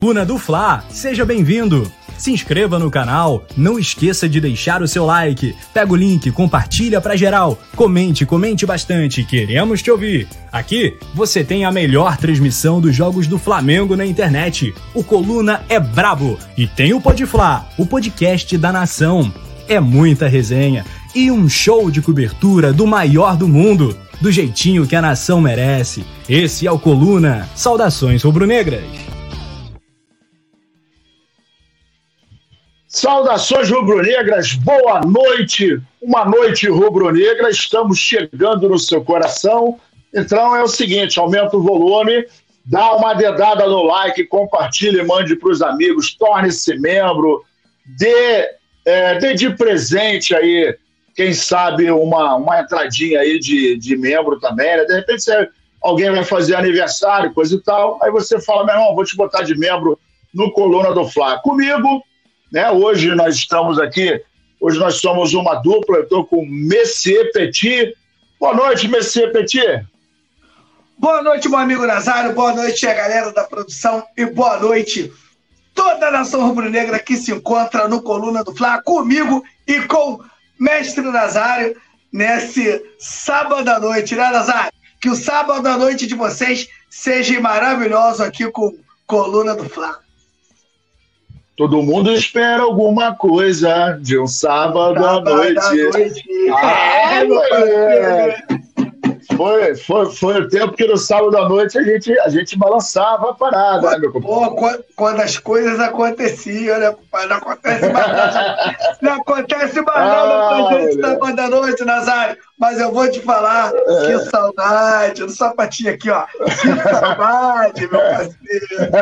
Coluna do Fla, seja bem-vindo! Se inscreva no canal, não esqueça de deixar o seu like, pega o link, compartilha pra geral, comente bastante, queremos te ouvir. Aqui você tem a melhor transmissão dos jogos do Flamengo na internet. O Coluna é brabo e tem o Podfla, o podcast da nação. É muita resenha e um show de cobertura do maior do mundo, do jeitinho que a nação merece. Esse é o Coluna. Saudações rubro-negras. Saudações rubro-negras, boa noite, uma noite rubro-negra, estamos chegando no seu coração. Então é o seguinte, aumenta o volume, dá uma dedada no like, compartilhe, mande para os amigos, torne-se membro, dê de presente aí, quem sabe uma entradinha aí de membro também, né? De repente alguém vai fazer aniversário, coisa e tal, aí você fala, meu irmão, vou te botar de membro no Coluna do Fla. Comigo, né? Hoje nós estamos aqui, hoje nós somos uma dupla, eu estou com Messier Petit. Boa noite, Messier Petit. Boa noite, meu amigo Nazário, boa noite a galera da produção e boa noite toda a nação rubro-negra que se encontra no Coluna do Fla, comigo e com Mestre Nazário nesse sábado à noite, né, Nazário? Que o sábado à noite de vocês seja maravilhoso aqui com Coluna do Fla. Todo mundo espera alguma coisa de um sábado à noite. Foi o tempo que no sábado à noite a gente balançava a parada, né, meu compadre? Quando as coisas aconteciam, né, compadre? Não acontece mais nada. Não acontece mais nada pra gente sábado à noite, Nazário. Mas eu vou te falar, que saudade, no sapatinho aqui, ó. Que saudade, meu parceiro.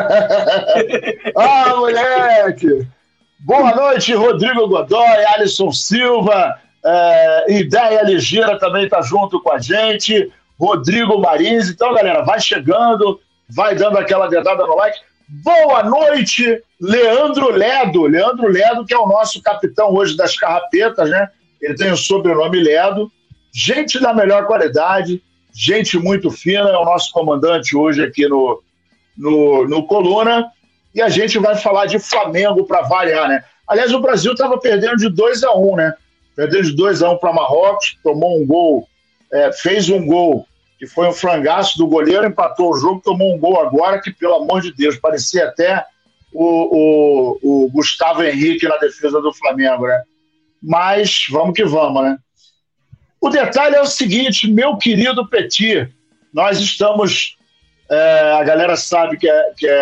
Ah, moleque! Boa noite, Rodrigo Godoy, Alisson Silva, Ideia Ligeira também está junto com a gente, Rodrigo Marins. Então, galera, vai chegando, vai dando aquela dedada no like. Boa noite, Leandro Ledo. Leandro Ledo, que é o nosso capitão hoje das Carrapetas, né? Ele tem o sobrenome Ledo. Gente da melhor qualidade, gente muito fina, é o nosso comandante hoje aqui no Coluna. E a gente vai falar de Flamengo para variar, né? Aliás, o Brasil estava perdendo de 2-1, né? Perdeu de 2-1 para Marrocos, tomou um gol, fez um gol, que foi um frangaço do goleiro, empatou o jogo, tomou um gol agora, que, pelo amor de Deus, parecia até o Gustavo Henrique na defesa do Flamengo, né? Mas vamos que vamos, né? O detalhe é o seguinte, meu querido Petit, nós estamos... a galera sabe que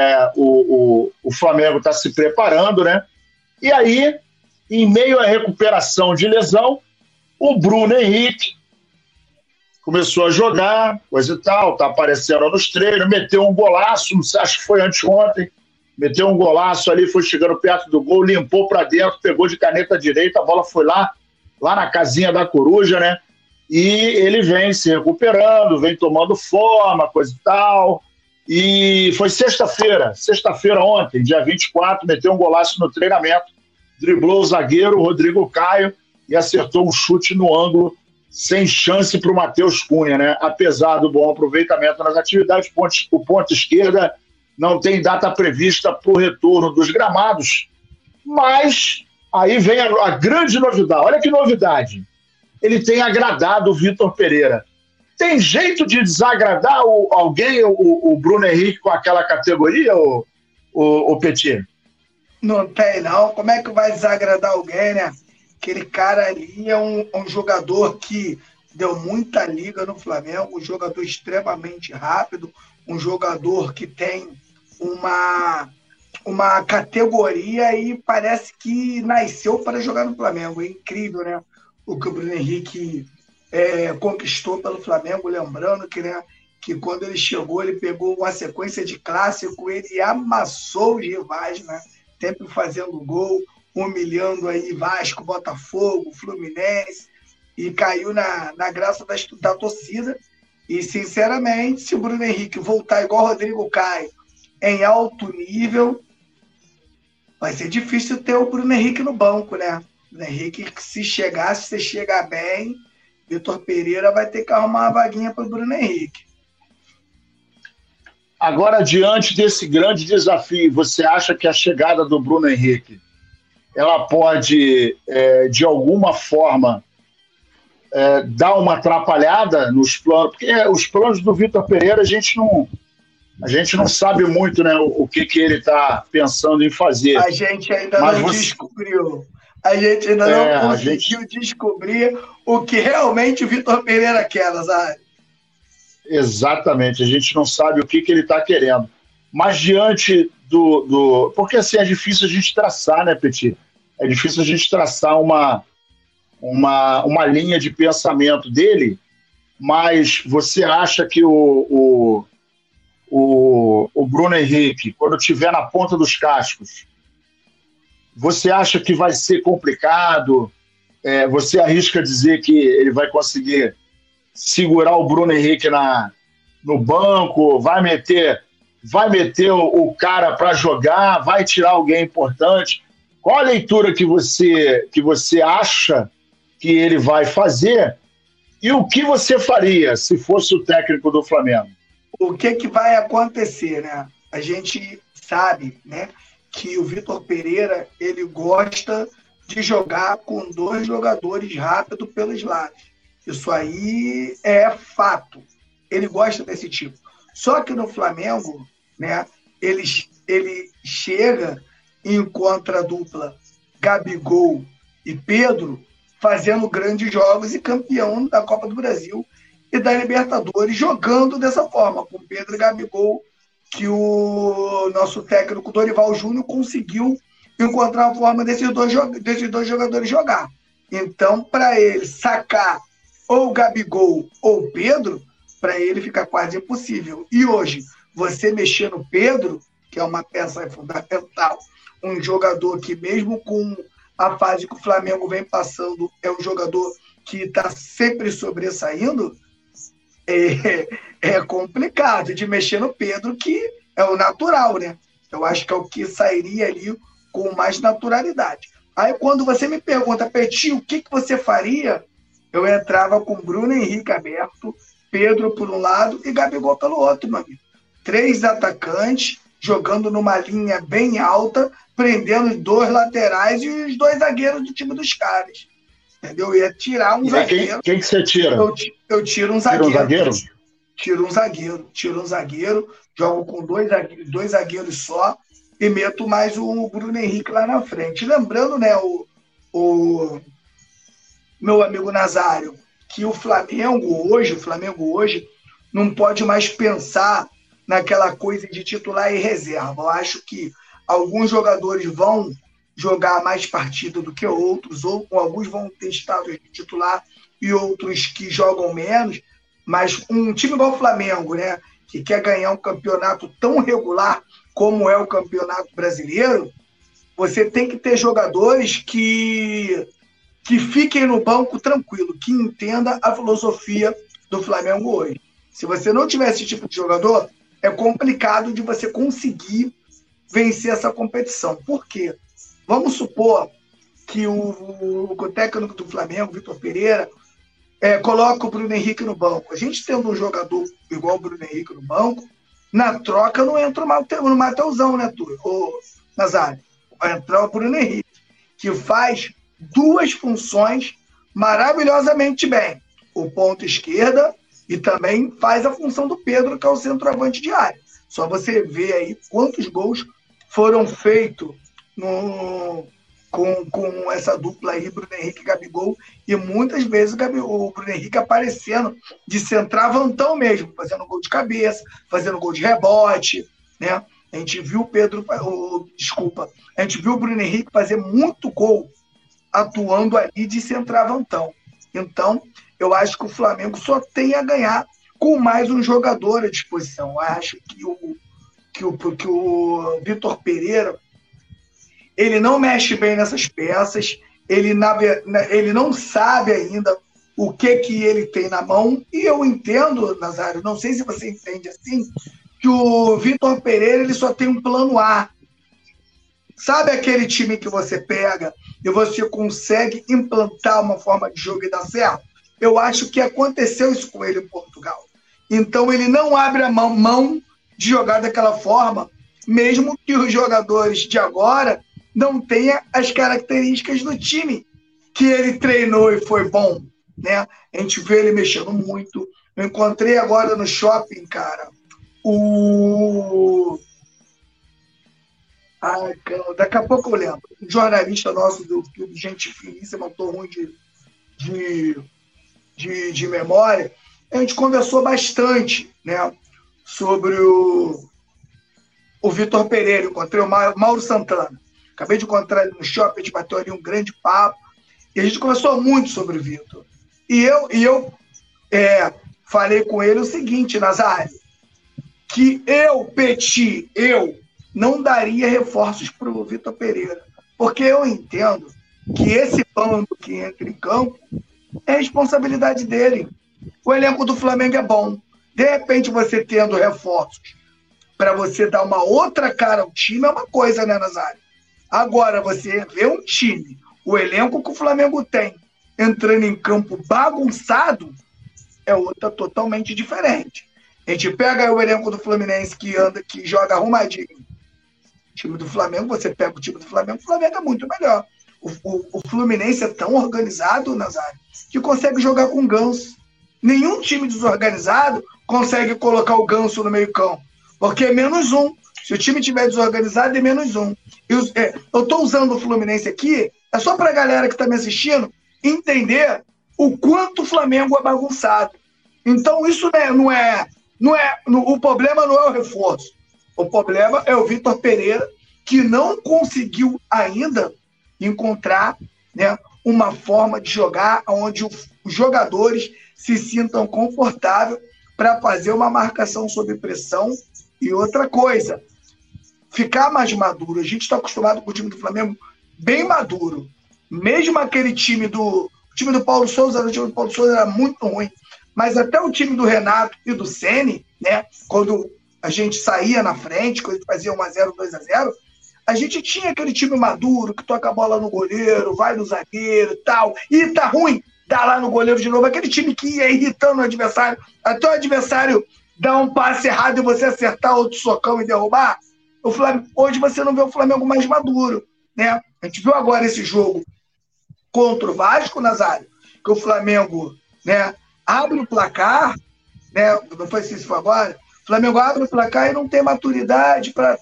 o Flamengo está se preparando, né? E aí, em meio à recuperação de lesão, o Bruno Henrique começou a jogar, coisa e tal, tá aparecendo nos treinos, meteu um golaço, não sei, acho que foi anteontem, meteu um golaço ali, foi chegando perto do gol, limpou para dentro, pegou de caneta direita, a bola foi lá na casinha da coruja, né? E ele vem se recuperando, vem tomando forma, coisa e tal. E foi sexta-feira ontem, dia 24, meteu um golaço no treinamento, driblou o zagueiro, o Rodrigo Caio, e acertou um chute no ângulo, sem chance para o Matheus Cunha, né? Apesar do bom aproveitamento nas atividades, o ponto esquerda não tem data prevista para o retorno dos gramados, mas aí vem a grande novidade. Olha que novidade! Ele tem agradado o Vitor Pereira. Tem jeito de desagradar alguém, o Bruno Henrique, com aquela categoria, o Petit? Não tem, não. Como é que vai desagradar alguém, né? Aquele cara ali é um jogador que deu muita liga no Flamengo, um jogador extremamente rápido, um jogador que tem uma categoria e parece que nasceu para jogar no Flamengo. É incrível, né? O que o Bruno Henrique conquistou pelo Flamengo, lembrando que, né, que quando ele chegou, ele pegou uma sequência de clássico, ele amassou os rivais, né, sempre fazendo gol, humilhando aí Vasco, Botafogo, Fluminense, e caiu na graça da torcida. E, sinceramente, se o Bruno Henrique voltar igual o Rodrigo Caio, em alto nível, vai ser difícil ter o Bruno Henrique no banco, né? O Bruno Henrique, se você chegar bem, Vitor Pereira vai ter que arrumar uma vaguinha para o Bruno Henrique. Agora, diante desse grande desafio, você acha que a chegada do Bruno Henrique ela pode, de alguma forma, dar uma atrapalhada nos planos? Porque os planos do Vitor Pereira a gente não sabe muito, né, o que ele está pensando em fazer. A gente ainda não descobriu. A gente ainda não conseguiu descobrir o que realmente o Vitor Pereira quer, Nazário. Exatamente, a gente não sabe o que ele está querendo. Mas diante do... Porque assim, é difícil a gente traçar, né, Petit? É difícil a gente traçar uma linha de pensamento dele, mas você acha que o Bruno Henrique, quando estiver na ponta dos cascos, você acha que vai ser complicado? Você arrisca dizer que ele vai conseguir segurar o Bruno Henrique no banco, vai meter o cara para jogar, vai tirar alguém importante? Qual a leitura que você acha que ele vai fazer e o que você faria se fosse o técnico do Flamengo? O que vai acontecer, né? A gente sabe, né, que o Vitor Pereira ele gosta de jogar com 2 jogadores rápidos pelos lados. Isso aí é fato. Ele gosta desse tipo. Só que no Flamengo, né, ele chega e encontra a dupla Gabigol e Pedro fazendo grandes jogos e campeão da Copa do Brasil e da Libertadores, jogando dessa forma, com Pedro e Gabigol, que o nosso técnico Dorival Júnior conseguiu encontrar a forma desses dois jogadores jogar. Então, para ele sacar ou Gabigol ou Pedro, para ele fica quase impossível. E hoje, você mexer no Pedro, que é uma peça fundamental, um jogador que mesmo com a fase que o Flamengo vem passando, é um jogador que está sempre sobressaindo, é complicado de mexer no Pedro, que é o natural, né? Eu acho que é o que sairia ali com mais naturalidade. Aí quando você me pergunta, Petit, o que você faria? Eu entrava com Bruno Henrique aberto, Pedro por um lado e Gabigol pelo outro, meu amigo. 3 atacantes, jogando numa linha bem alta, prendendo os 2 laterais e os 2 zagueiros do time dos caras. Entendeu? Eu ia tirar um zagueiro. Quem que você tira? Eu tiro um zagueiro. Tira um zagueiro? Tiro um zagueiro, jogo com 2 zagueiros só e meto mais o Bruno Henrique lá na frente. Lembrando, né, o meu amigo Nazário, que o Flamengo hoje não pode mais pensar naquela coisa de titular e reserva. Eu acho que alguns jogadores vão jogar mais partida do que outros, ou alguns vão ter status de titular e outros que jogam menos, mas um time igual o Flamengo, né, que quer ganhar um campeonato tão regular como é o Campeonato Brasileiro, você tem que ter jogadores que fiquem no banco tranquilo, que entenda a filosofia do Flamengo hoje. Se você não tiver esse tipo de jogador, é complicado de você conseguir vencer essa competição. Por quê? Vamos supor que o técnico do Flamengo, Vitor Pereira, coloca o Bruno Henrique no banco. A gente tendo um jogador igual o Bruno Henrique no banco, na troca não entra o Mateusão, né, Nazário? Vai entrar o Bruno Henrique, que faz 2 funções maravilhosamente bem. O ponto esquerda e também faz a função do Pedro, que é o centroavante de área. Só você ver aí quantos gols foram feitos com essa dupla aí, Bruno Henrique e Gabigol, e muitas vezes o Bruno Henrique aparecendo de centravantão mesmo, fazendo gol de cabeça, fazendo gol de rebote, né? A gente viu a gente viu o Bruno Henrique fazer muito gol atuando ali de centravantão. Então, eu acho que o Flamengo só tem a ganhar com mais um jogador à disposição. Eu acho que o Vitor Pereira, ele não mexe bem nessas peças, ele não sabe ainda o que ele tem na mão, e eu entendo, Nazário, não sei se você entende assim, que o Vitor Pereira ele só tem um plano A. Sabe aquele time que você pega e você consegue implantar uma forma de jogo e dar certo? Eu acho que aconteceu isso com ele em Portugal. Então ele não abre a mão de jogar daquela forma, mesmo que os jogadores de agora não tenham as características do time que ele treinou e foi bom, né? A gente vê ele mexendo muito. Eu encontrei agora no shopping, cara, daqui a pouco eu lembro. Um jornalista nosso do Clube Gente Finíssima, eu tô ruim de memória. A gente conversou bastante, né, sobre o Vitor Pereira. Eu encontrei o Mauro Santana. Acabei de encontrar ele no shopping, a gente bateu ali um grande papo. E a gente conversou muito sobre o Vitor. E eu falei com ele o seguinte, Nazário, que Petit, não daria reforços para o Vitor Pereira. Porque eu entendo que esse bando que entra em campo é responsabilidade dele. O elenco do Flamengo é bom. De repente, você tendo reforços para você dar uma outra cara ao time é uma coisa, né, Nazário? Agora, você vê um time, o elenco que o Flamengo tem, entrando em campo bagunçado, é outra totalmente diferente. A gente pega o elenco do Fluminense que joga arrumadinho. O time do Flamengo, você pega o time do Flamengo, o Flamengo é muito melhor. O Fluminense é tão organizado, Nazário, que consegue jogar com Ganso. Nenhum time desorganizado consegue colocar o Ganso no meio-campo, porque é -1. Se o time estiver desorganizado, é -1. Eu estou usando o Fluminense aqui, é só para a galera que está me assistindo entender o quanto o Flamengo é bagunçado. Então, isso o problema não é o reforço. O problema é o Vitor Pereira, que não conseguiu ainda encontrar, né, uma forma de jogar onde os jogadores se sintam confortáveis para fazer uma marcação sob pressão. E outra coisa, ficar mais maduro. A gente está acostumado com o time do Flamengo bem maduro. Mesmo aquele time do Paulo Souza, o time do Paulo Souza era muito ruim, mas até o time do Renato e do Ceni, né, quando a gente saía na frente, quando a gente fazia 1-0, 2-0, a gente tinha aquele time maduro, que toca a bola no goleiro, vai no zagueiro e tal, e tá ruim, dá lá no goleiro de novo, aquele time que ia irritando o adversário, até o adversário dar um passe errado e você acertar outro socão e derrubar. Hoje você não vê o Flamengo mais maduro, né? A gente viu agora esse jogo contra o Vasco, Nazário, que o Flamengo, né, abre o placar, né? Não foi assim, se foi agora? O Flamengo abre o placar e não tem maturidade para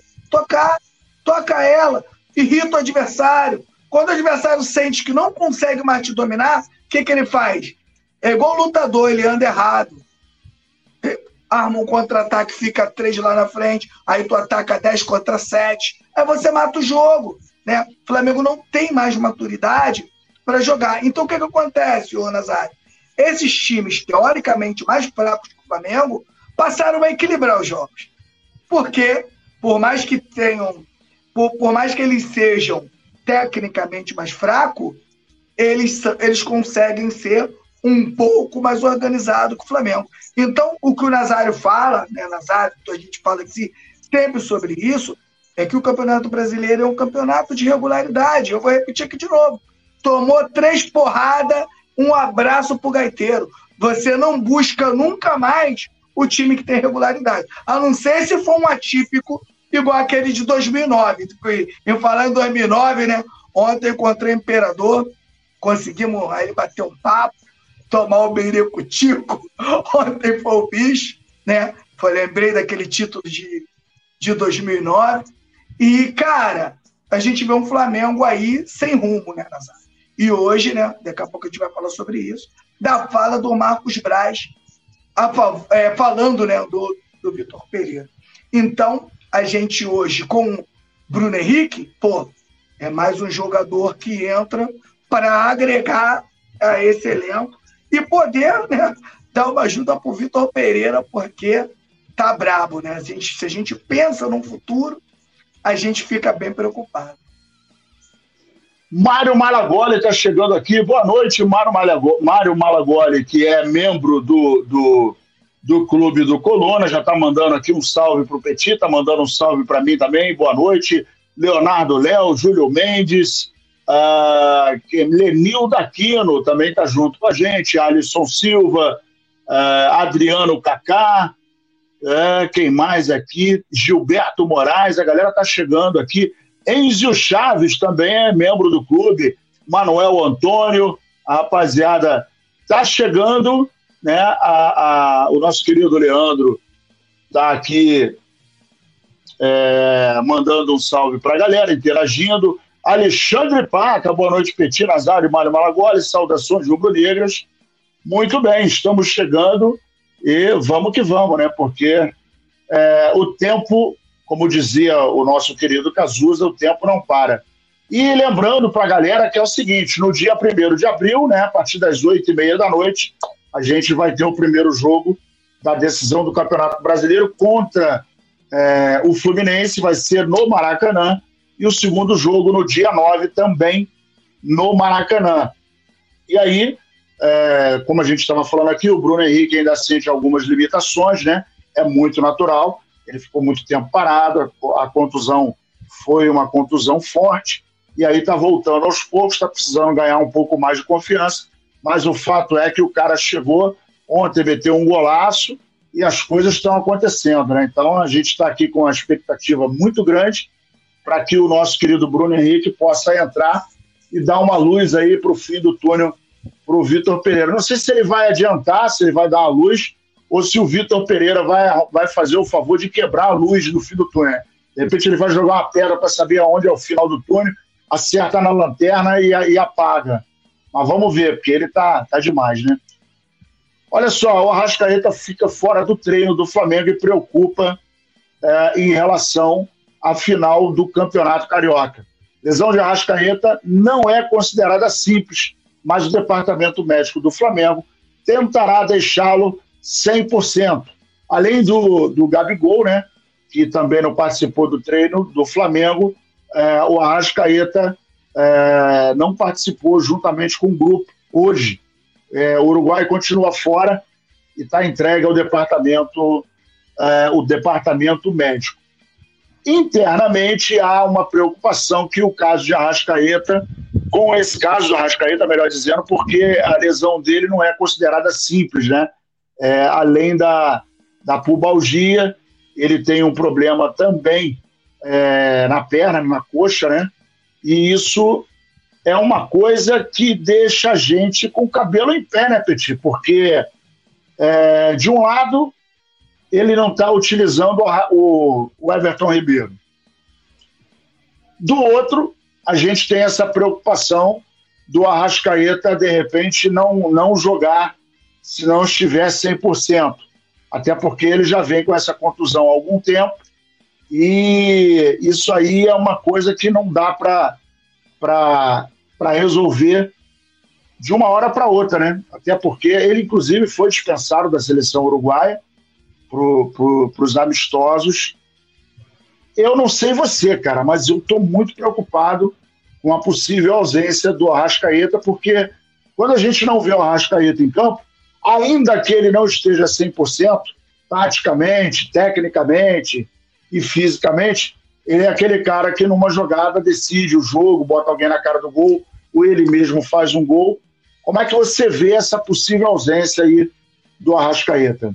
toca ela, irrita o adversário. Quando o adversário sente que não consegue mais te dominar, o que ele faz? É igual o lutador, ele anda errado. Arma um contra-ataque, fica 3 lá na frente, aí tu ataca 10 contra 7, aí você mata o jogo, né? O Flamengo não tem mais maturidade para jogar. Então o que acontece, ô Nazário? Esses times, teoricamente mais fracos que o Flamengo, passaram a equilibrar os jogos. Porque, por mais que eles sejam tecnicamente mais fracos, eles conseguem ser um pouco mais organizado que o Flamengo. Então, o que o Nazário fala, né, Nazário, a gente fala aqui sempre sobre isso, é que o Campeonato Brasileiro é um campeonato de regularidade. Eu vou repetir aqui de novo. Tomou 3 porradas, um abraço pro gaiteiro. Você não busca nunca mais o time que tem regularidade. A não ser se for um atípico igual aquele de 2009. Eu falar em 2009, né? Ontem eu encontrei o Imperador, conseguimos aí bater um papo, tomar o beiricutico. Ontem foi o bicho, né? Lembrei daquele título de 2009. E, cara, a gente vê um Flamengo aí sem rumo, né, Nazário? E hoje, né, daqui a pouco a gente vai falar sobre isso, da fala do Marcos Braz, falando, né, do Vitor Pereira. Então, a gente hoje, com Bruno Henrique, é mais um jogador que entra para agregar a esse elenco e poder, né, dar uma ajuda para o Vitor Pereira, porque tá brabo, né? Se a gente pensa no futuro, a gente fica bem preocupado. Mário Malagoli está chegando aqui. Boa noite, Mário Malagoli, que é membro do Clube do Coluna, já está mandando aqui um salve para o Petit, está mandando um salve para mim também. Boa noite. Leonardo Léo, Júlio Mendes, Lenildo Aquino também está junto com a gente, Alisson Silva, Adriano Kaká, Quem mais aqui? Gilberto Moraes, a galera tá chegando aqui. Enzio Chaves também é membro do clube. Manuel Antônio, a rapaziada tá chegando, né? O nosso querido Leandro tá aqui mandando um salve para a galera, interagindo. Alexandre Paca, boa noite, Petit, Nazário, Mário Malagoli, saudações rubro-negras. Muito bem, estamos chegando e vamos que vamos, né? Porque o tempo, como dizia o nosso querido Cazuza, o tempo não para. E lembrando para a galera que é o seguinte, no dia 1º de abril, né, a partir das 8h30 da noite, a gente vai ter o primeiro jogo da decisão do Campeonato Brasileiro contra o Fluminense, vai ser no Maracanã, e o segundo jogo no dia 9 também no Maracanã. E aí, como a gente estava falando aqui, o Bruno Henrique ainda sente algumas limitações, né? É muito natural, ele ficou muito tempo parado, a contusão foi uma contusão forte, e aí está voltando aos poucos, está precisando ganhar um pouco mais de confiança, mas o fato é que o cara chegou, ontem meteu um golaço, e as coisas estão acontecendo, né? Então a gente está aqui com uma expectativa muito grande para que o nosso querido Bruno Henrique possa entrar e dar uma luz aí para o fim do túnel para o Vitor Pereira. Não sei se ele vai adiantar, se ele vai dar a luz, ou se o Vitor Pereira vai fazer o favor de quebrar a luz no fim do túnel. De repente ele vai jogar uma pedra para saber aonde é o final do túnel, acerta na lanterna e apaga. Mas vamos ver, porque ele tá demais, né? Olha só, o Arrascaeta fica fora do treino do Flamengo e preocupa em relação à final do Campeonato Carioca. Lesão de Arrascaeta não é considerada simples, mas o departamento médico do Flamengo tentará deixá-lo 100%. Além do Gabigol, né, que também não participou do treino do Flamengo, o Arrascaeta não participou juntamente com o grupo hoje. O Uruguai continua fora e está entregue ao departamento médico. Internamente há uma preocupação que o caso de Arrascaeta, com esse caso do Arrascaeta, melhor dizendo, porque a lesão dele não é considerada simples, né? Além da pubalgia, ele tem um problema também na perna, na coxa, né? E isso é uma coisa que deixa a gente com o cabelo em pé, né, Petit? Porque, de um lado, ele não está utilizando o Everton Ribeiro. Do outro, a gente tem essa preocupação do Arrascaeta, de repente, não jogar se não estiver 100%. Até porque ele já vem com essa contusão há algum tempo e isso aí é uma coisa que não dá para resolver de uma hora para outra, né? Até porque ele, inclusive, foi dispensado da seleção uruguaia para os amistosos. Eu não sei você, cara, mas eu estou muito preocupado com a possível ausência do Arrascaeta, porque quando a gente não vê o Arrascaeta em campo, ainda que ele não esteja 100%, taticamente, tecnicamente e fisicamente, ele é aquele cara que numa jogada decide o jogo, bota alguém na cara do gol, ou ele mesmo faz um gol. Como é que você vê essa possível ausência aí do Arrascaeta?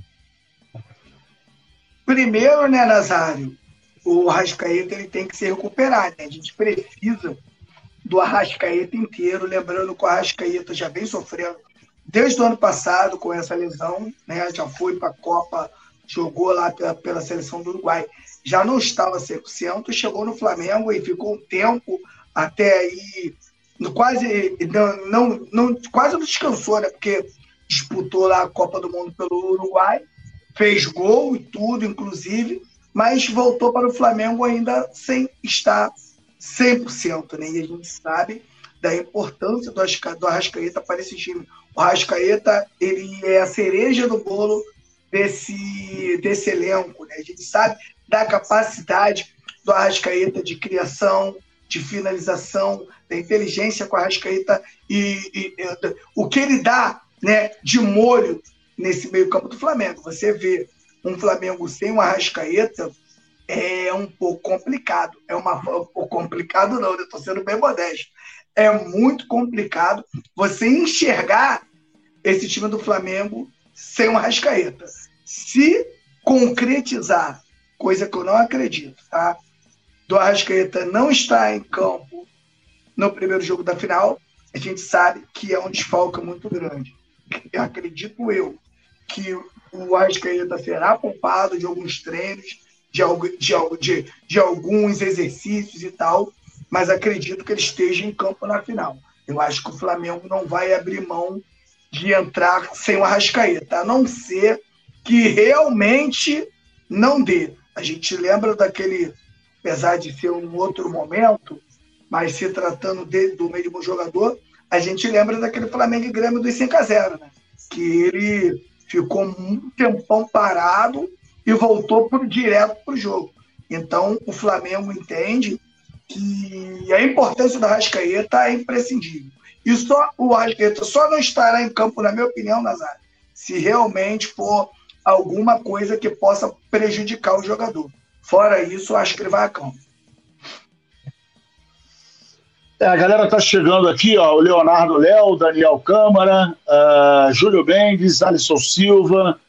Primeiro, né, Nazário, o Arrascaeta ele tem que se recuperar, né? A gente precisa do Arrascaeta inteiro, lembrando que o Arrascaeta já vem sofrendo desde o ano passado com essa lesão, né? Já foi para a Copa, jogou lá pela seleção do Uruguai, já não estava 100%, chegou no Flamengo e ficou um tempo até aí, quase não descansou, né? Porque disputou lá a Copa do Mundo pelo Uruguai, fez gol e tudo, inclusive, mas voltou para o Flamengo ainda sem estar 100%, né? E a gente sabe da importância do Arrascaeta para esse time. O Arrascaeta, ele é a cereja do bolo desse elenco, né? A gente sabe da capacidade do Arrascaeta de criação, de finalização, da inteligência com o Arrascaeta e o que ele dá, né, de molho nesse meio campo do Flamengo. Você vê um Flamengo sem um Arrascaeta é um pouco complicado. Um pouco complicado não, eu estou sendo bem modesto. É muito complicado você enxergar esse time do Flamengo sem um Arrascaeta. Se concretizar, coisa que eu não acredito, tá? Do Arrascaeta não estar em campo no primeiro jogo da final, a gente sabe que é um desfalque muito grande. Eu acredito que o Arrascaeta será poupado de alguns treinos, de alguns exercícios e tal, mas acredito que ele esteja em campo na final. Eu acho que o Flamengo não vai abrir mão de entrar sem o Arrascaeta, a não ser que realmente não dê. A gente lembra daquele, apesar de ser um outro momento, mas se tratando do mesmo jogador, a gente lembra daquele Flamengo e Grêmio dos 5-0, né? Que ele ficou um tempão parado e voltou direto para o jogo. Então, o Flamengo entende que a importância do Arrascaeta é imprescindível. E só o Arrascaeta só não estará em campo, na minha opinião, Nazário, se realmente for alguma coisa que possa prejudicar o jogador. Fora isso, eu acho que ele vai a campo. A galera está chegando aqui, ó, o Leonardo Léo, Daniel Câmara, Júlio Mendes, Alisson Silva,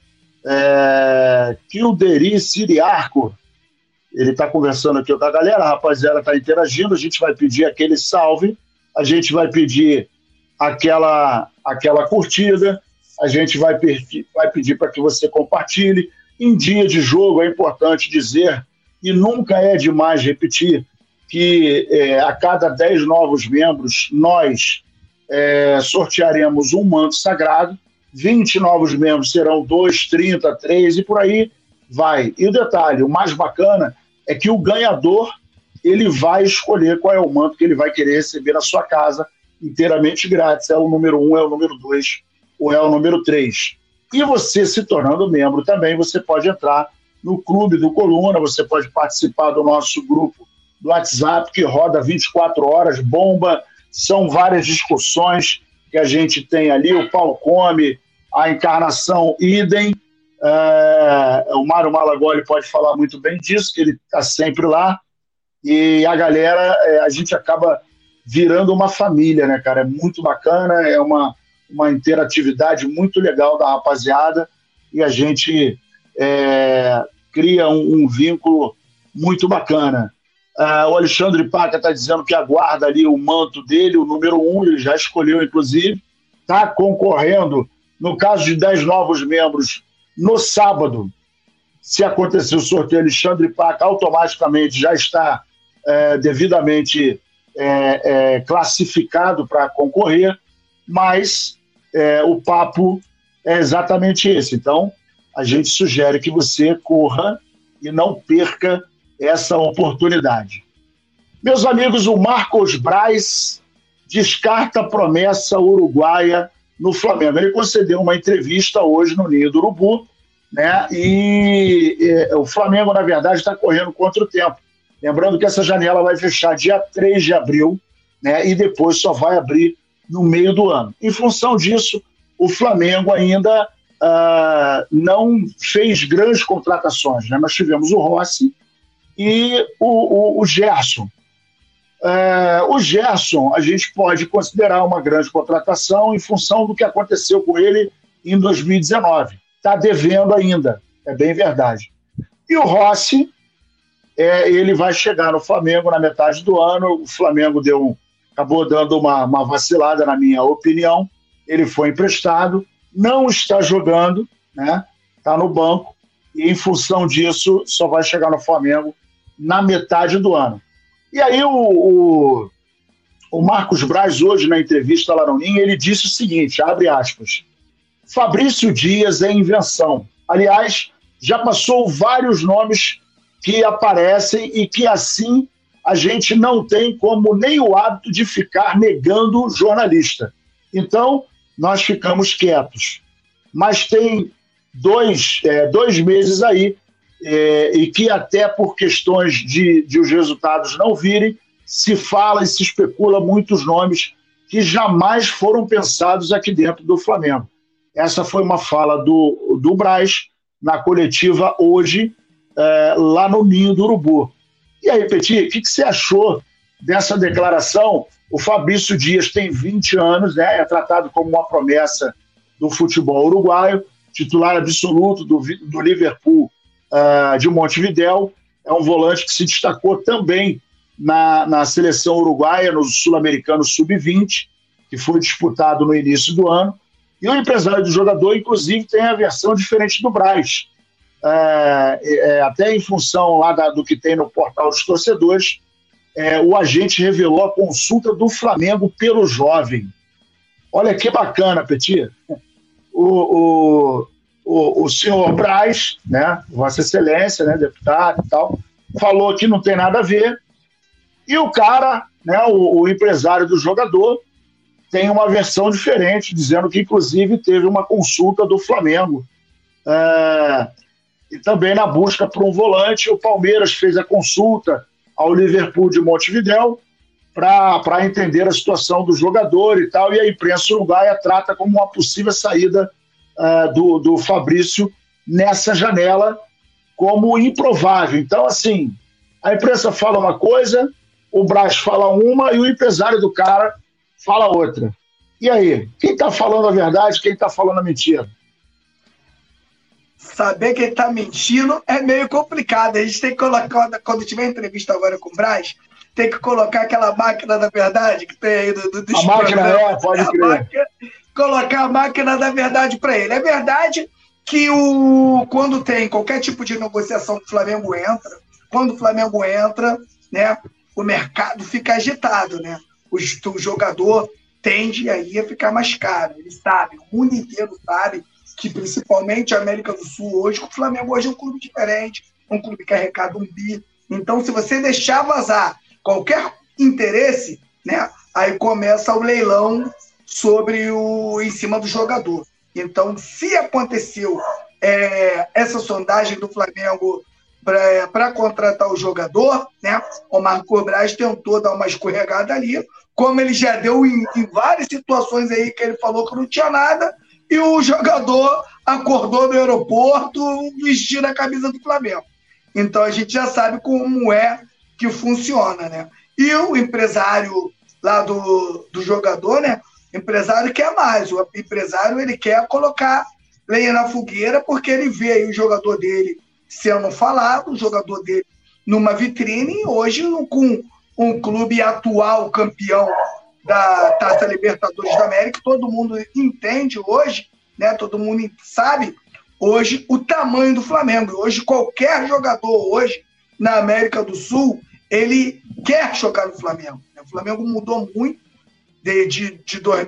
Kilderi Siriarco. Ele está conversando aqui com a galera, a rapaziada está interagindo, a gente vai pedir aquele salve, a gente vai pedir aquela curtida, a gente vai pedir para que você compartilhe. Em dia de jogo é importante dizer, e nunca é demais repetir, que a cada 10 novos membros, nós sortearemos um manto sagrado, 20 novos membros serão 2, 30, 3 e por aí vai. E o detalhe, o mais bacana é que o ganhador ele vai escolher qual é o manto que ele vai querer receber na sua casa, inteiramente grátis. É o número 1, é o número 2 ou é o número 3. E você, se tornando membro também, você pode entrar no Clube do Coluna, você pode participar do nosso grupo do WhatsApp, que roda 24 horas, bomba, são várias discussões que a gente tem ali, o pau come, a encarnação idem, o Mário Malagoli pode falar muito bem disso, que ele está sempre lá, e a galera, a gente acaba virando uma família, né, cara? É muito bacana, é uma interatividade muito legal da rapaziada, e a gente cria um vínculo muito bacana. O Alexandre Paca está dizendo que aguarda ali o manto dele, o número 1, ele já escolheu, inclusive, está concorrendo, no caso de 10 novos membros, no sábado, se acontecer o sorteio, Alexandre Paca automaticamente já está devidamente classificado para concorrer, mas o papo é exatamente esse. Então, a gente sugere que você corra e não perca essa oportunidade. Meus amigos, o Marcos Braz descarta a promessa uruguaia no Flamengo. Ele concedeu uma entrevista hoje no Ninho do Urubu, né? E o Flamengo, na verdade, está correndo contra o tempo. Lembrando que essa janela vai fechar dia 3 de abril, né? E depois só vai abrir no meio do ano. Em função disso, o Flamengo ainda não fez grandes contratações, né? Nós tivemos o Rossi e o Gerson. O Gerson a gente pode considerar uma grande contratação em função do que aconteceu com ele em 2019. Está devendo ainda, é bem verdade. E o Rossi, ele vai chegar no Flamengo na metade do ano. O Flamengo acabou dando uma vacilada, na minha opinião. Ele foi emprestado, não está jogando, né? Está no banco, e em função disso só vai chegar no Flamengo na metade do ano. E aí o Marcos Braz, hoje na entrevista lá no Ninho, ele disse o seguinte, abre aspas, Fabrício Dias é invenção. Aliás, já passou vários nomes que aparecem e que assim a gente não tem como nem o hábito de ficar negando o jornalista. Então, nós ficamos quietos. Mas tem dois meses aí, e que até por questões de os resultados não virem, se fala e se especula muitos nomes que jamais foram pensados aqui dentro do Flamengo. Essa foi uma fala do Braz na coletiva hoje, lá no Ninho do Urubu. E aí, Petit, o que você achou dessa declaração? O Fabrício Dias tem 20 anos, né, é tratado como uma promessa do futebol uruguaio, titular absoluto do Liverpool de Montevidéu. É um volante que se destacou também na seleção uruguaia, no Sul-Americano Sub-20, que foi disputado no início do ano. E o empresário do jogador, inclusive, tem a versão diferente do Braz. Até em função lá do que tem no portal dos torcedores, o agente revelou a consulta do Flamengo pelo jovem. Olha que bacana, Petit. O senhor Braz, né, Vossa Excelência, né, deputado e tal, falou que não tem nada a ver. E o cara, né, o empresário do jogador, tem uma versão diferente, dizendo que, inclusive, teve uma consulta do Flamengo. E também na busca por um volante, o Palmeiras fez a consulta ao Liverpool de Montevidéu para entender a situação do jogador e tal, e a imprensa uruguaia trata como uma possível saída do Fabrício nessa janela como improvável. Então, assim, a imprensa fala uma coisa, o Braz fala uma e o empresário do cara fala outra. E aí? Quem está falando a verdade, quem está falando a mentira? Saber quem está mentindo é meio complicado. A gente tem que colocar, quando tiver entrevista agora com o Braz, tem que colocar aquela máquina da verdade que tem aí dos a máquina pode crer. Colocar a máquina da verdade para ele. É verdade que quando tem qualquer tipo de negociação que o Flamengo entra, quando o Flamengo entra, né, o mercado fica agitado, né? O jogador tende aí a ficar mais caro. Ele sabe, o mundo inteiro sabe que principalmente a América do Sul hoje, o Flamengo hoje é um clube diferente, um clube que arrecada 1 bi. Então, se você deixar vazar qualquer interesse, né, aí começa o leilão em cima do jogador. Então, se aconteceu essa sondagem do Flamengo para contratar o jogador, né, o Marco Braz tentou dar uma escorregada ali, como ele já deu em várias situações aí que ele falou que não tinha nada, e o jogador acordou no aeroporto vestindo a camisa do Flamengo. Então a gente já sabe como é que funciona, né? E o empresário lá do jogador, né? O empresário quer mais. O empresário ele quer colocar lenha na fogueira porque ele vê aí o jogador dele sendo falado, o jogador dele numa vitrine, hoje com um clube atual campeão da Taça Libertadores da América, todo mundo entende hoje, né? Todo mundo sabe hoje o tamanho do Flamengo. Hoje qualquer jogador hoje na América do Sul, ele quer jogar no Flamengo. O Flamengo mudou muito de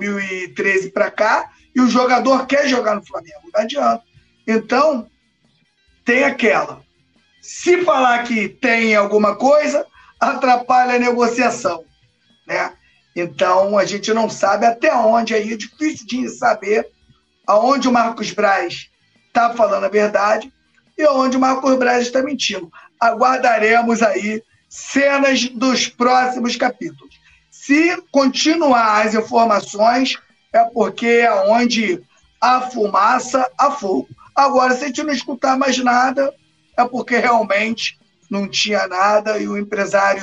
2013 para cá e o jogador quer jogar no Flamengo, não adianta. Então, tem aquela. Se falar que tem alguma coisa, atrapalha a negociação, né? Então, a gente não sabe até onde aí, é difícil de saber aonde o Marcos Braz está falando a verdade e aonde o Marcos Braz está mentindo. Aguardaremos aí cenas dos próximos capítulos. Se continuar as informações, é porque é onde há fumaça, há fogo. Agora, se a gente não escutar mais nada, é porque realmente não tinha nada e o empresário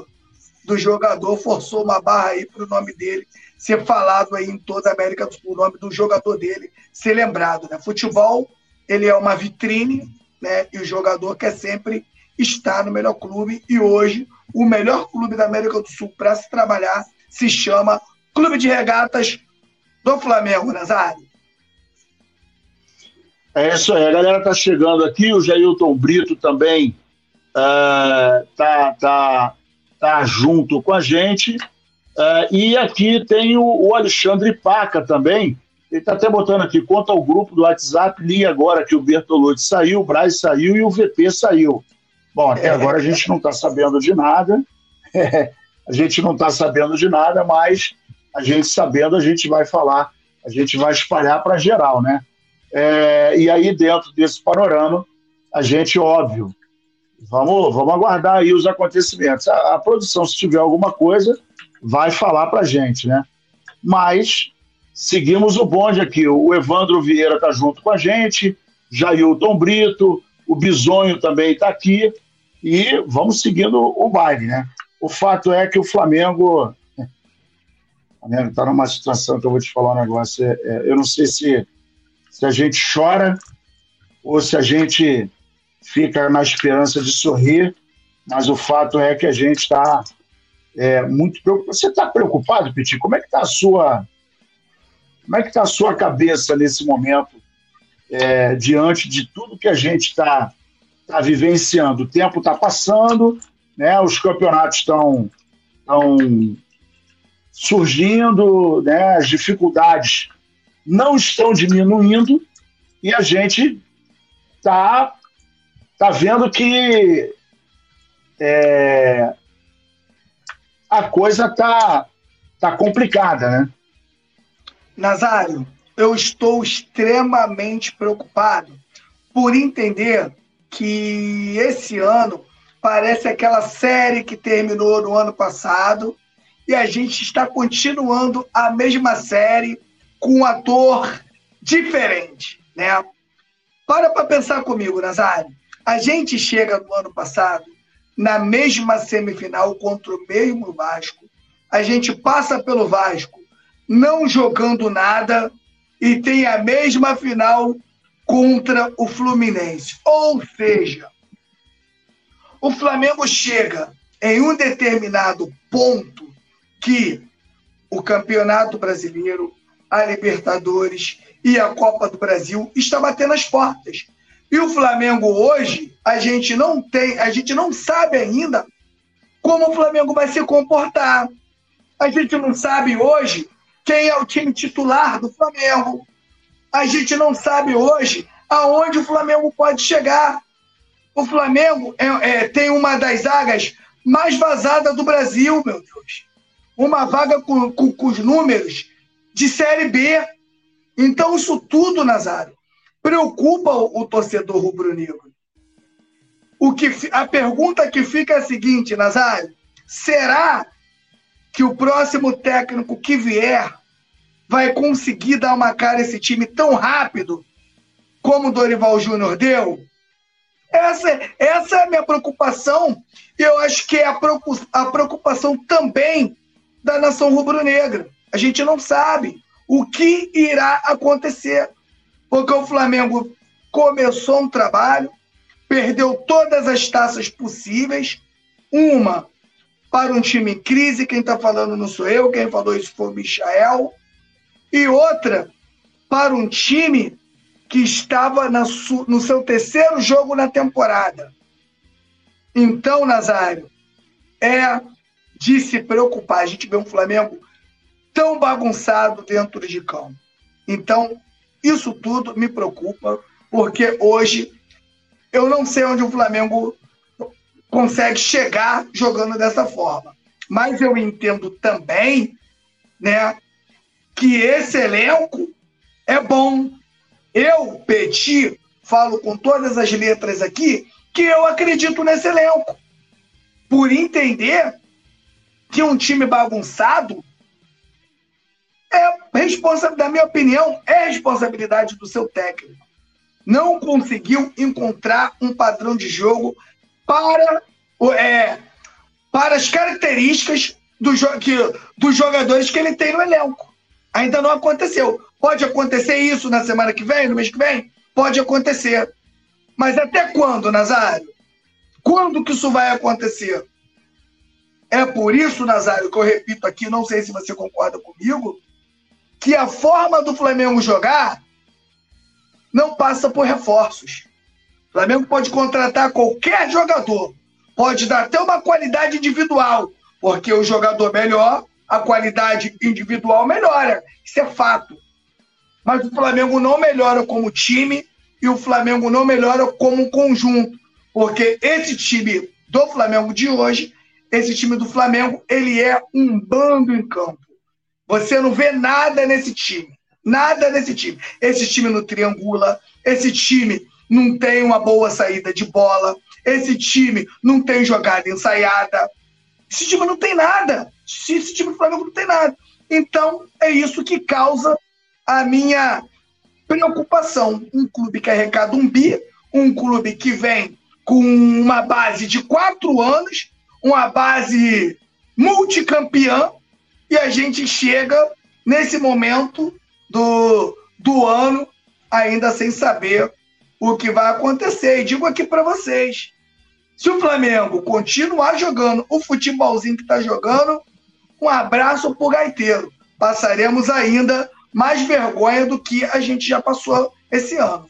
do jogador forçou uma barra aí para o nome dele ser falado aí em toda a América do Sul, o nome do jogador dele ser lembrado, né? Futebol, ele é uma vitrine, né? E o jogador quer sempre estar no melhor clube e hoje o melhor clube da América do Sul para se trabalhar se chama Clube de Regatas do Flamengo, Nazário. É isso aí, a galera tá chegando aqui, o Jailton Brito também tá junto com a gente, e aqui tem o Alexandre Paca também, ele está até botando aqui, quanto ao grupo do WhatsApp, li agora que o Bertolucci saiu, o Braz saiu e o VP saiu. Bom, até agora a gente não está sabendo de nada, mas a gente sabendo, a gente vai falar, a gente vai espalhar para geral, né? E aí, dentro desse panorama, a gente, óbvio, vamos aguardar aí os acontecimentos. A produção, se tiver alguma coisa, vai falar para a gente, né? Mas seguimos o bonde aqui. O Evandro Vieira está junto com a gente, Jailton Brito, o Bisonho também está aqui, e vamos seguindo o baile, né? O fato é que o Flamengo está numa situação que eu vou te falar um negócio. Eu não sei se a gente chora ou se a gente fica na esperança de sorrir, mas o fato é que a gente está muito preocupado. Você está preocupado, Petit? Como é que está a sua cabeça nesse momento, diante de tudo que a gente está vivenciando? O tempo está passando, né? Os campeonatos estão surgindo, né? As dificuldades não estão diminuindo e a gente está vendo que a coisa está complicada, né? Nazário, eu estou extremamente preocupado por entender que esse ano parece aquela série que terminou no ano passado e a gente está continuando a mesma série com um ator diferente, né? Para pensar comigo, Nazário. A gente chega no ano passado na mesma semifinal contra o mesmo Vasco. A gente passa pelo Vasco não jogando nada e tem a mesma final contra o Fluminense. Ou seja, o Flamengo chega em um determinado ponto que o Campeonato Brasileiro, a Libertadores e a Copa do Brasil está batendo as portas. E o Flamengo hoje, a gente não sabe ainda como o Flamengo vai se comportar. A gente não sabe hoje quem é o time titular do Flamengo. A gente não sabe hoje aonde o Flamengo pode chegar. O Flamengo tem uma das zagas mais vazadas do Brasil, meu Deus. Uma vaga com os números de Série B. Então, isso tudo, Nazário, preocupa o torcedor rubro-negro. A pergunta que fica é a seguinte, Nazário: será que o próximo técnico que vier vai conseguir dar uma cara a esse time tão rápido como o Dorival Júnior deu? Essa é a minha preocupação, e eu acho que é a preocupação também da nação rubro-negra. A gente não sabe o que irá acontecer, porque o Flamengo começou um trabalho, perdeu todas as taças possíveis, uma para um time em crise, quem está falando não sou eu, quem falou isso foi o Michael, e outra para um time que estava no seu terceiro jogo na temporada. Então, Nazário, é de se preocupar. A gente vê um Flamengo tão bagunçado dentro de campo. Então, isso tudo me preocupa, porque hoje eu não sei onde o Flamengo consegue chegar jogando dessa forma. Mas eu entendo também, né, que esse elenco é bom. Eu, Petit, falo com todas as letras aqui que eu acredito nesse elenco. Por entender que um time bagunçado na minha opinião, é responsabilidade do seu técnico. Não conseguiu encontrar um padrão de jogo para as características dos jogadores que ele tem no elenco. Ainda não aconteceu. Pode acontecer isso na semana que vem, no mês que vem? Pode acontecer. Mas até quando, Nazário? Quando que isso vai acontecer? É por isso, Nazário, que eu repito aqui, não sei se você concorda comigo, que a forma do Flamengo jogar não passa por reforços. O Flamengo pode contratar qualquer jogador, pode dar até uma qualidade individual, porque o jogador melhor, a qualidade individual melhora. Isso é fato. Mas o Flamengo não melhora como time e o Flamengo não melhora como conjunto, porque esse time do Flamengo de hoje, esse time do Flamengo, ele é um bando em campo. Você não vê nada nesse time. Nada nesse time. Esse time não triangula, esse time não tem uma boa saída de bola, esse time não tem jogada ensaiada. Esse time não tem nada. Esse time do Flamengo não tem nada. Então, é isso que causa a minha preocupação. Um clube que arrecada um bi, um clube que vem com uma base de 4 anos, uma base multicampeã, e a gente chega nesse momento do ano ainda sem saber o que vai acontecer. E digo aqui para vocês, se o Flamengo continuar jogando o futebolzinho que está jogando, um abraço pro gaiteiro. Passaremos ainda mais vergonha do que a gente já passou esse ano.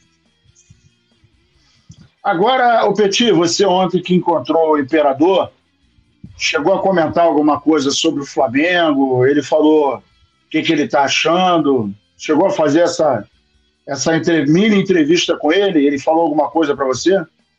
Agora, o Petit, você ontem que encontrou o Imperador, chegou a comentar alguma coisa sobre o Flamengo? Ele falou o que ele está achando? Chegou a fazer essa mini entrevista com ele? Ele falou alguma coisa para você?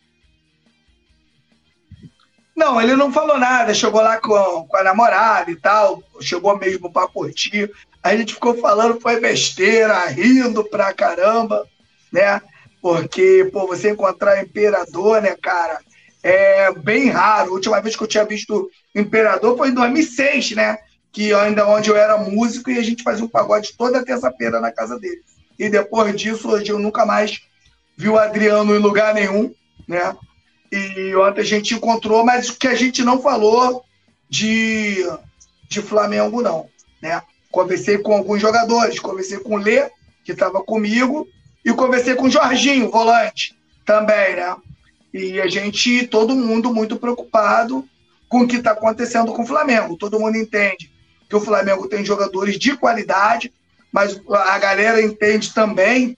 Não, ele não falou nada. Chegou lá com a namorada e tal. Chegou mesmo para curtir. A gente ficou falando, foi besteira, rindo pra caramba, né? Porque, pô, você encontrar o Imperador, né, cara, é bem raro. A última vez que eu tinha visto o Imperador foi em 2006, né? Que ainda onde eu era músico e a gente fazia um pagode toda terça-feira na casa dele. E depois disso, hoje eu nunca mais vi o Adriano em lugar nenhum, né? E ontem a gente encontrou, mas que a gente não falou de Flamengo, não, né? Conversei com alguns jogadores, conversei com o Lê, que estava comigo, e conversei com o Jorginho, volante, também, né? E a gente, todo mundo muito preocupado com o que está acontecendo com o Flamengo. Todo mundo entende que o Flamengo tem jogadores de qualidade, mas a galera entende também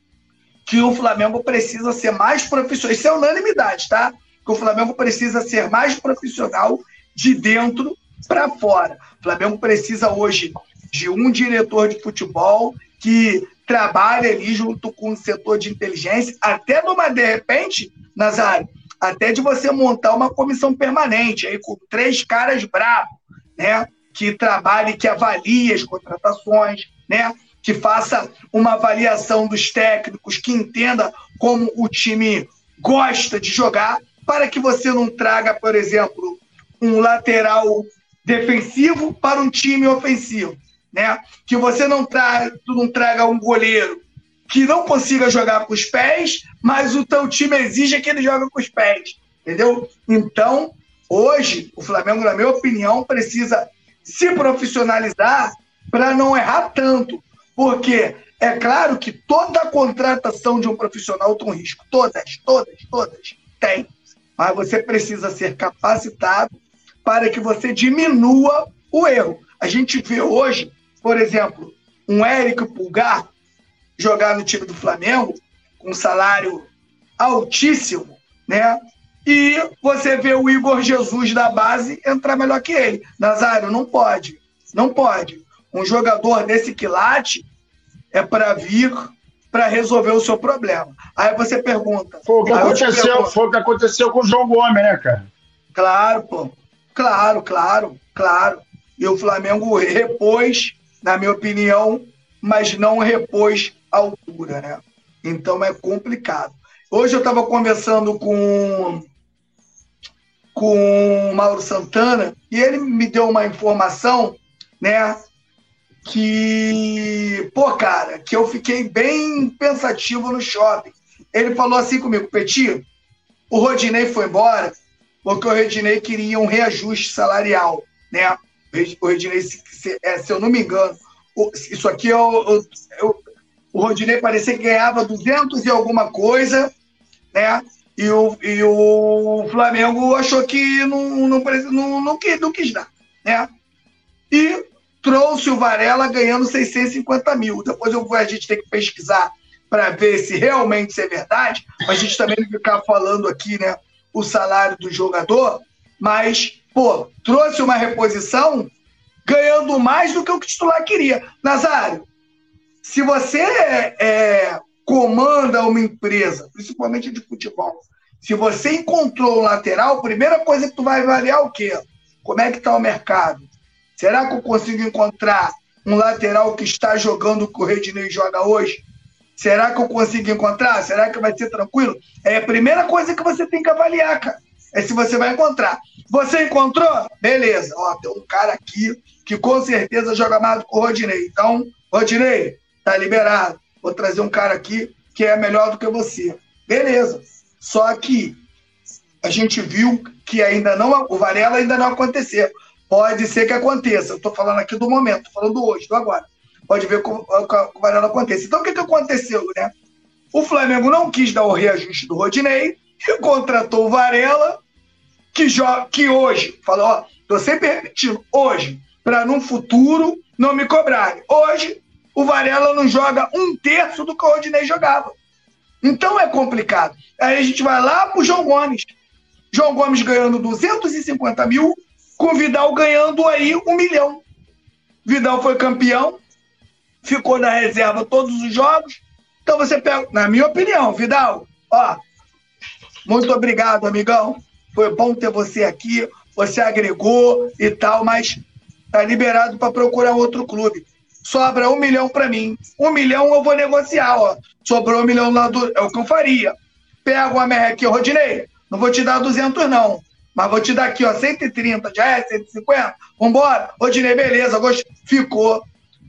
que o Flamengo precisa ser mais profissional. Isso é unanimidade, tá? Que o Flamengo precisa ser mais profissional de dentro para fora. O Flamengo precisa hoje de um diretor de futebol que trabalhe ali junto com o setor de inteligência, até de repente, Nazário, até de você montar uma comissão permanente, aí com 3 caras bravos, né? Que trabalhe, que avalie as contratações, né? Que faça uma avaliação dos técnicos, que entenda como o time gosta de jogar, para que você não traga, por exemplo, um lateral defensivo para um time ofensivo, né? Que você não traga um goleiro que não consiga jogar com os pés, mas o teu time exige que ele jogue com os pés, entendeu? Então, hoje, o Flamengo, na minha opinião, precisa se profissionalizar para não errar tanto, porque é claro que toda contratação de um profissional tem um risco, todas tem, mas você precisa ser capacitado para que você diminua o erro. A gente vê hoje, por exemplo, um Érico Pulgar jogar no time do Flamengo com um salário altíssimo, né? E você vê o Igor Jesus da base entrar melhor que ele. Nazário, não pode. Não pode. Um jogador desse quilate é para vir para resolver o seu problema. Aí você pergunta... Foi o que aconteceu com o João Gomes, né, cara? Claro, pô. Claro. E o Flamengo repôs, na minha opinião, mas não repôs a altura, né? Então é complicado. Hoje eu estava conversando com o Mauro Santana e ele me deu uma informação, né? Que, pô, cara, que eu fiquei bem pensativo no shopping. Ele falou assim comigo: Petit, o Rodinei foi embora porque o Rodinei queria um reajuste salarial, né? O Rodinei, se eu não me engano, isso aqui o Rodinei parecia que ganhava 200 e alguma coisa, né? E o Flamengo achou que não quis dar, né? E trouxe o Varela ganhando 650 mil. Depois a gente tem que pesquisar para ver se realmente isso é verdade, mas a gente também não ficar falando aqui, né, o salário do jogador, mas, pô, trouxe uma reposição ganhando mais do que o titular queria. Nazário, se você comanda uma empresa, principalmente de futebol, se você encontrou um lateral, a primeira coisa que tu vai avaliar é o quê? Como é que está o mercado? Será que eu consigo encontrar um lateral que está jogando o que o Redinei joga hoje? Será que eu consigo encontrar? Será que vai ser tranquilo? É a primeira coisa que você tem que avaliar, cara. É se você vai encontrar. Você encontrou? Beleza. Ó, tem um cara aqui que com certeza joga mais do que o Rodinei. Então, Rodinei, tá liberado. Vou trazer um cara aqui que é melhor do que você. Beleza. Só que a gente viu que ainda não, o Varela ainda não aconteceu. Pode ser que aconteça. Eu estou falando aqui do momento, estou falando do hoje, do agora. Pode ver que o Varela aconteça. Então, o que aconteceu, né? O Flamengo não quis dar o reajuste do Rodinei e contratou o Varela, que hoje, falou, ó, tô sempre repetindo, hoje, para num futuro não me cobrarem. Hoje, o Varela não joga 1/3 do que o Rodinei jogava. Então é complicado. Aí a gente vai lá pro João Gomes. João Gomes ganhando 250 mil, com o Vidal ganhando aí 1 milhão. Vidal foi campeão, ficou na reserva todos os jogos. Então você pega, na minha opinião, Vidal, ó, muito obrigado, amigão. Foi bom ter você aqui, você agregou e tal, mas tá liberado para procurar outro clube. Sobra 1 milhão para mim. 1 milhão eu vou negociar, ó. Sobrou 1 milhão lá é o que eu faria. Pega uma merrequinha, Rodinei, não vou te dar 200 não, mas vou te dar aqui, ó, 130, já é 150, vambora? Rodinei, beleza, ficou.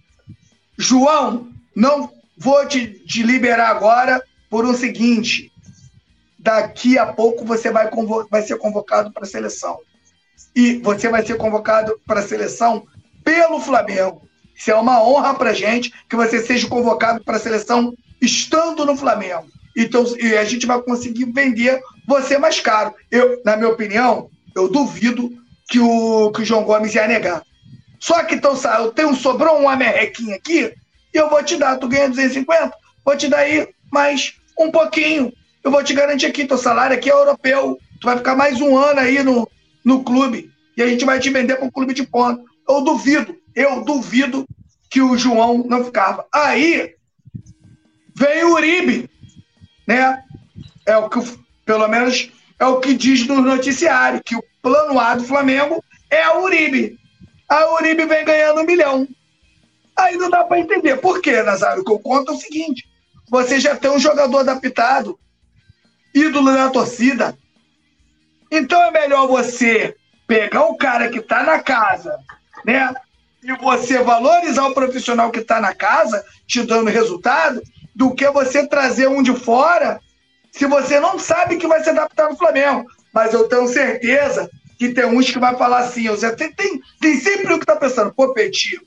João, não vou te liberar agora por o seguinte, daqui a pouco você vai ser convocado para a seleção. E você vai ser convocado para a seleção pelo Flamengo. Isso é uma honra para a gente que você seja convocado para a seleção estando no Flamengo. Então, e a gente vai conseguir vender você mais caro. Na minha opinião, eu duvido que o João Gomes ia negar. Só que então, sobrou uma merrequinha aqui e eu vou te dar. Tu ganha 250, vou te dar aí mais um pouquinho. Eu vou te garantir aqui, teu salário aqui é europeu. Tu vai ficar mais um ano aí no clube. E a gente vai te vender para um clube de ponta. Eu duvido que o João não ficava. Aí vem o Uribe, né? É o que, pelo menos, é o que diz no noticiário, que o plano A do Flamengo é o Uribe. Aí o Uribe vem ganhando 1 milhão. Aí não dá para entender. Por quê, Nazário? O que eu conto é o seguinte: você já tem um jogador adaptado, ídolo da torcida. Então é melhor você pegar o cara que está na casa, né? E você valorizar o profissional que está na casa, te dando resultado, do que você trazer um de fora, se você não sabe que vai se adaptar no Flamengo. Mas eu tenho certeza que tem uns que vai falar assim, tem sempre o que tá pensando, pô, Petit,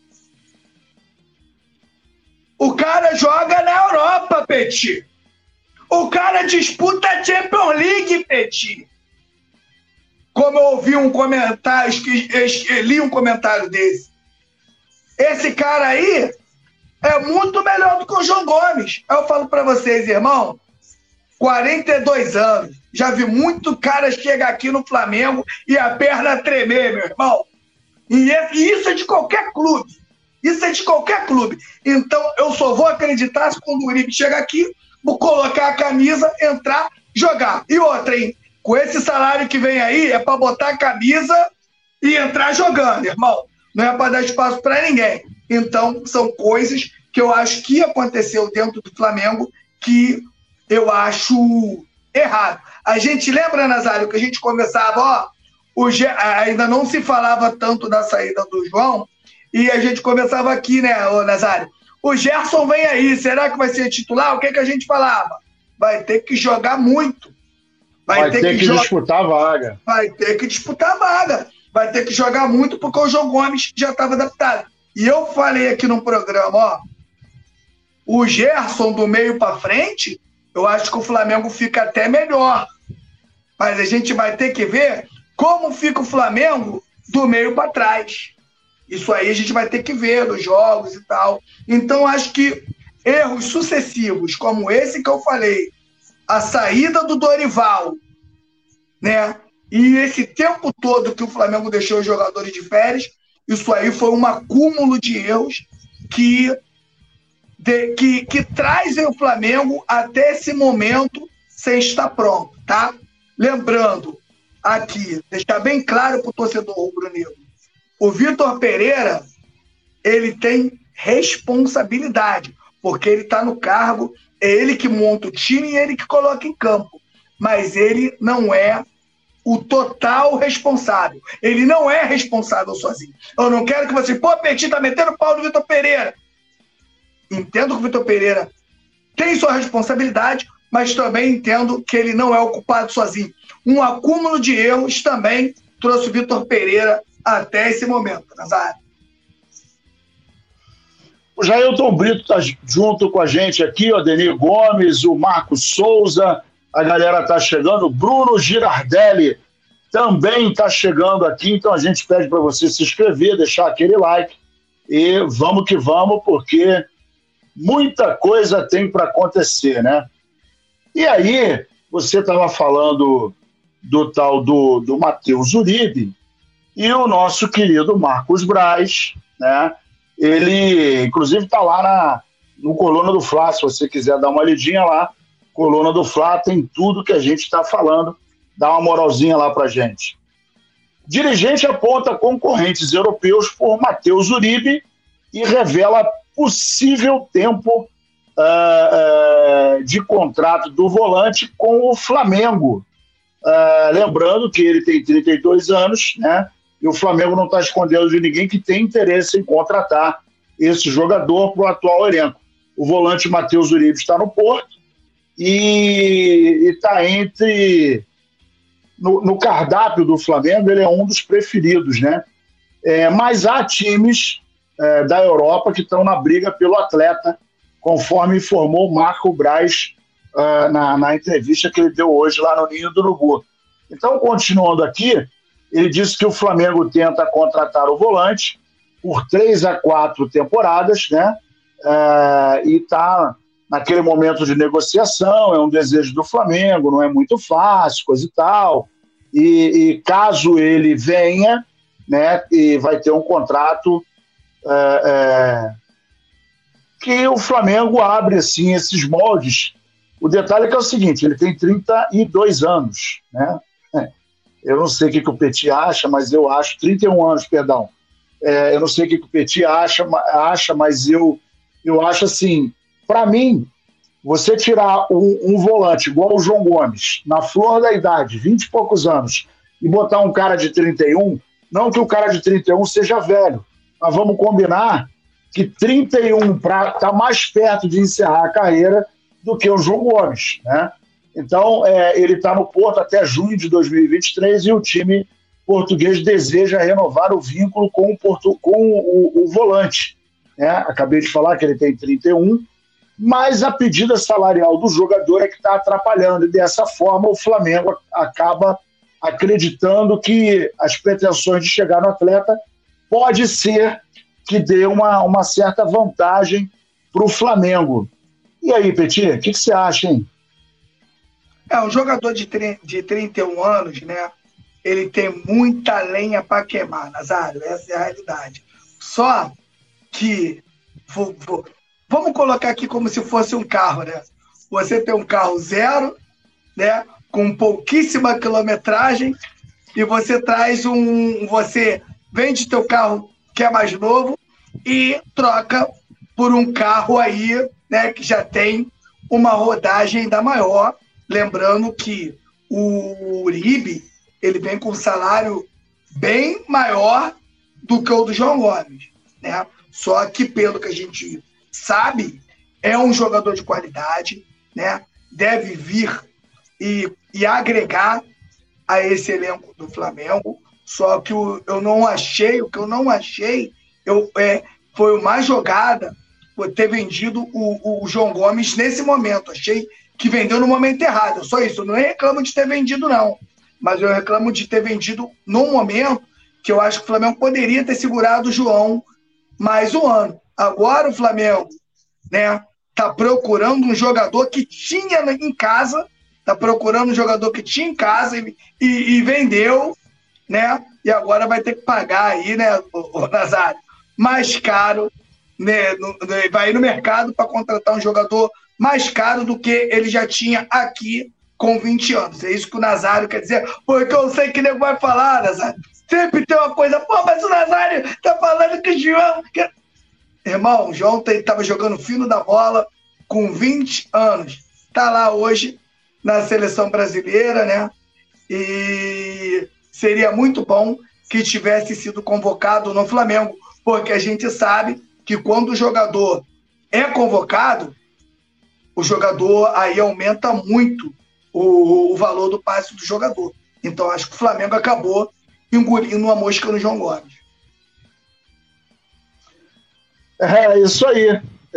o cara joga na Europa, Petit. O cara disputa a Champions League, Petit. Como eu ouvi um comentário, li um comentário desse. Esse cara aí é muito melhor do que o João Gomes. Aí eu falo pra vocês, irmão, 42 anos. Já vi muito cara chegar aqui no Flamengo e a perna tremer, meu irmão. E isso é de qualquer clube. Isso é de qualquer clube. Então, eu só vou acreditar se quando o Uribe chegar aqui, vou colocar a camisa, entrar, jogar. E outra, hein? Com esse salário que vem aí, é para botar a camisa e entrar jogando, irmão. Não é para dar espaço para ninguém. Então, são coisas que eu acho que aconteceu dentro do Flamengo que eu acho errado. A gente lembra, Nazário, que a gente conversava, ainda não se falava tanto da saída do João, e a gente conversava aqui, né, Nazário? O Gerson vem aí, será que vai ser titular? O que a gente falava? Vai ter que jogar muito. Vai ter que disputar a vaga. Vai ter que disputar a vaga. Vai ter que jogar muito porque o João Gomes já estava adaptado. E eu falei aqui no programa, o Gerson do meio para frente, eu acho que o Flamengo fica até melhor. Mas a gente vai ter que ver como fica o Flamengo do meio para trás. Isso aí a gente vai ter que ver nos jogos e tal. Então, acho que erros sucessivos, como esse que eu falei, a saída do Dorival, né? E esse tempo todo que o Flamengo deixou os jogadores de férias, isso aí foi um acúmulo de erros que trazem o Flamengo até esse momento sem estar pronto, tá? Lembrando aqui, deixar bem claro para o torcedor rubro-negro, o Vitor Pereira, ele tem responsabilidade, porque ele está no cargo, é ele que monta o time e ele que coloca em campo, mas ele não é o total responsável. Ele não é responsável sozinho. Eu não quero que você, Petit, tá metendo pau no Vitor Pereira. Entendo que o Vitor Pereira tem sua responsabilidade, mas também entendo que ele não é o culpado sozinho. Um acúmulo de erros também trouxe o Vitor Pereira até esse momento, Nazário. O Jailton Brito está junto com a gente aqui, o Adenir Gomes, o Marcos Souza, a galera está chegando, o Bruno Girardelli também está chegando aqui, então a gente pede para você se inscrever, deixar aquele like e vamos que vamos, porque muita coisa tem para acontecer, né? E aí, você estava falando do tal do Matheus Uribe e o nosso querido Marcos Braz, né? Ele, inclusive, está lá no Coluna do Fla, se você quiser dar uma lidinha lá, Coluna do Fla tem tudo que a gente está falando, dá uma moralzinha lá para gente. Dirigente aponta concorrentes europeus por Matheus Uribe e revela possível tempo de contrato do volante com o Flamengo. Lembrando que ele tem 32 anos, né? E o Flamengo não está escondendo de ninguém que tem interesse em contratar esse jogador para o atual elenco. O volante Matheus Uribe está no Porto e está entre... No cardápio do Flamengo, ele é um dos preferidos, né? Mas há times da Europa que estão na briga pelo atleta, conforme informou Marco Braz na entrevista que ele deu hoje lá no Ninho do Urubu. Então, continuando aqui, ele disse que o Flamengo tenta contratar o volante por 3 a 4 temporadas, né? E está naquele momento de negociação, é um desejo do Flamengo, não é muito fácil, coisa e tal. E caso ele venha, né, e vai ter um contrato que o Flamengo abre assim, esses moldes. O detalhe é que é o seguinte, ele tem 32 anos, né? Eu não sei o que o Petit acha, mas eu acho... 31 anos, perdão. Eu não sei o que o Petit acha, mas eu acho assim... Para mim, você tirar um volante igual o João Gomes, na flor da idade, 20 e poucos anos, e botar um cara de 31, não que o cara de 31 seja velho, mas vamos combinar que 31 está mais perto de encerrar a carreira do que o João Gomes, né? Então, ele está no Porto até junho de 2023 e o time português deseja renovar o vínculo com o volante, né? Acabei de falar que ele tem 31, mas a pedida salarial do jogador é que está atrapalhando, e dessa forma o Flamengo acaba acreditando que as pretensões de chegar no atleta pode ser que dê uma certa vantagem para o Flamengo. E aí, Petit, o que você acha, hein? Um jogador de 31 anos, né? Ele tem muita lenha para queimar, Nazário, essa é a realidade. Só que, vamos colocar aqui como se fosse um carro, né? Você tem um carro zero, né? Com pouquíssima quilometragem, e você traz você vende teu carro que é mais novo e troca por um carro aí, né? Que já tem uma rodagem ainda maior. Lembrando que o Uribe, ele vem com um salário bem maior do que o do João Gomes, né? Só que, pelo que a gente sabe, é um jogador de qualidade, né? Deve vir e agregar a esse elenco do Flamengo. Só que o que eu não achei foi uma jogada por ter vendido o João Gomes nesse momento. Achei que vendeu no momento errado. Só isso. Eu não reclamo de ter vendido, não. Mas eu reclamo de ter vendido num momento que eu acho que o Flamengo poderia ter segurado o João mais um ano. Agora o Flamengo, né, tá procurando um jogador que tinha em casa, e vendeu, né? E agora vai ter que pagar aí, né, o Nazário, mais caro, né? Vai ir no mercado para contratar um jogador mais caro do que ele já tinha aqui com 20 anos. É isso que o Nazário quer dizer, porque eu sei que ele vai falar, Nazário. Sempre tem uma coisa, mas o Nazário tá falando que o João... Irmão, o João estava jogando fino da bola com 20 anos. Tá lá hoje na seleção brasileira, né? E seria muito bom que tivesse sido convocado no Flamengo, porque a gente sabe que quando o jogador é convocado, o jogador aí aumenta muito o valor do passe do jogador. Então, acho que o Flamengo acabou engolindo uma mosca no João Gomes. É isso aí.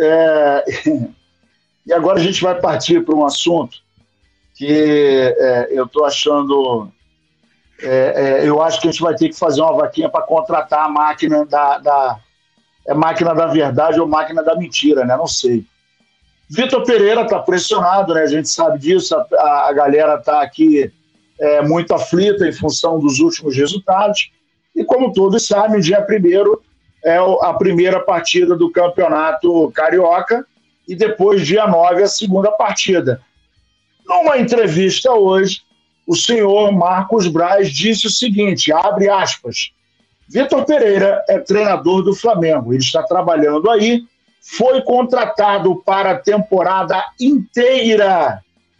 E agora a gente vai partir para um assunto que eu estou achando... eu acho que a gente vai ter que fazer uma vaquinha para contratar a máquina máquina da verdade ou máquina da mentira, né? Não sei. Vitor Pereira está pressionado, né? A gente sabe disso, a galera está aqui muito aflita em função dos últimos resultados. E como todos sabem, dia 1º é a primeira partida do Campeonato Carioca e depois, dia 9, a segunda partida. Numa entrevista hoje, o senhor Marcos Braz disse o seguinte, abre aspas, Vitor Pereira é treinador do Flamengo, ele está trabalhando aí, foi contratado para a temporada inteira.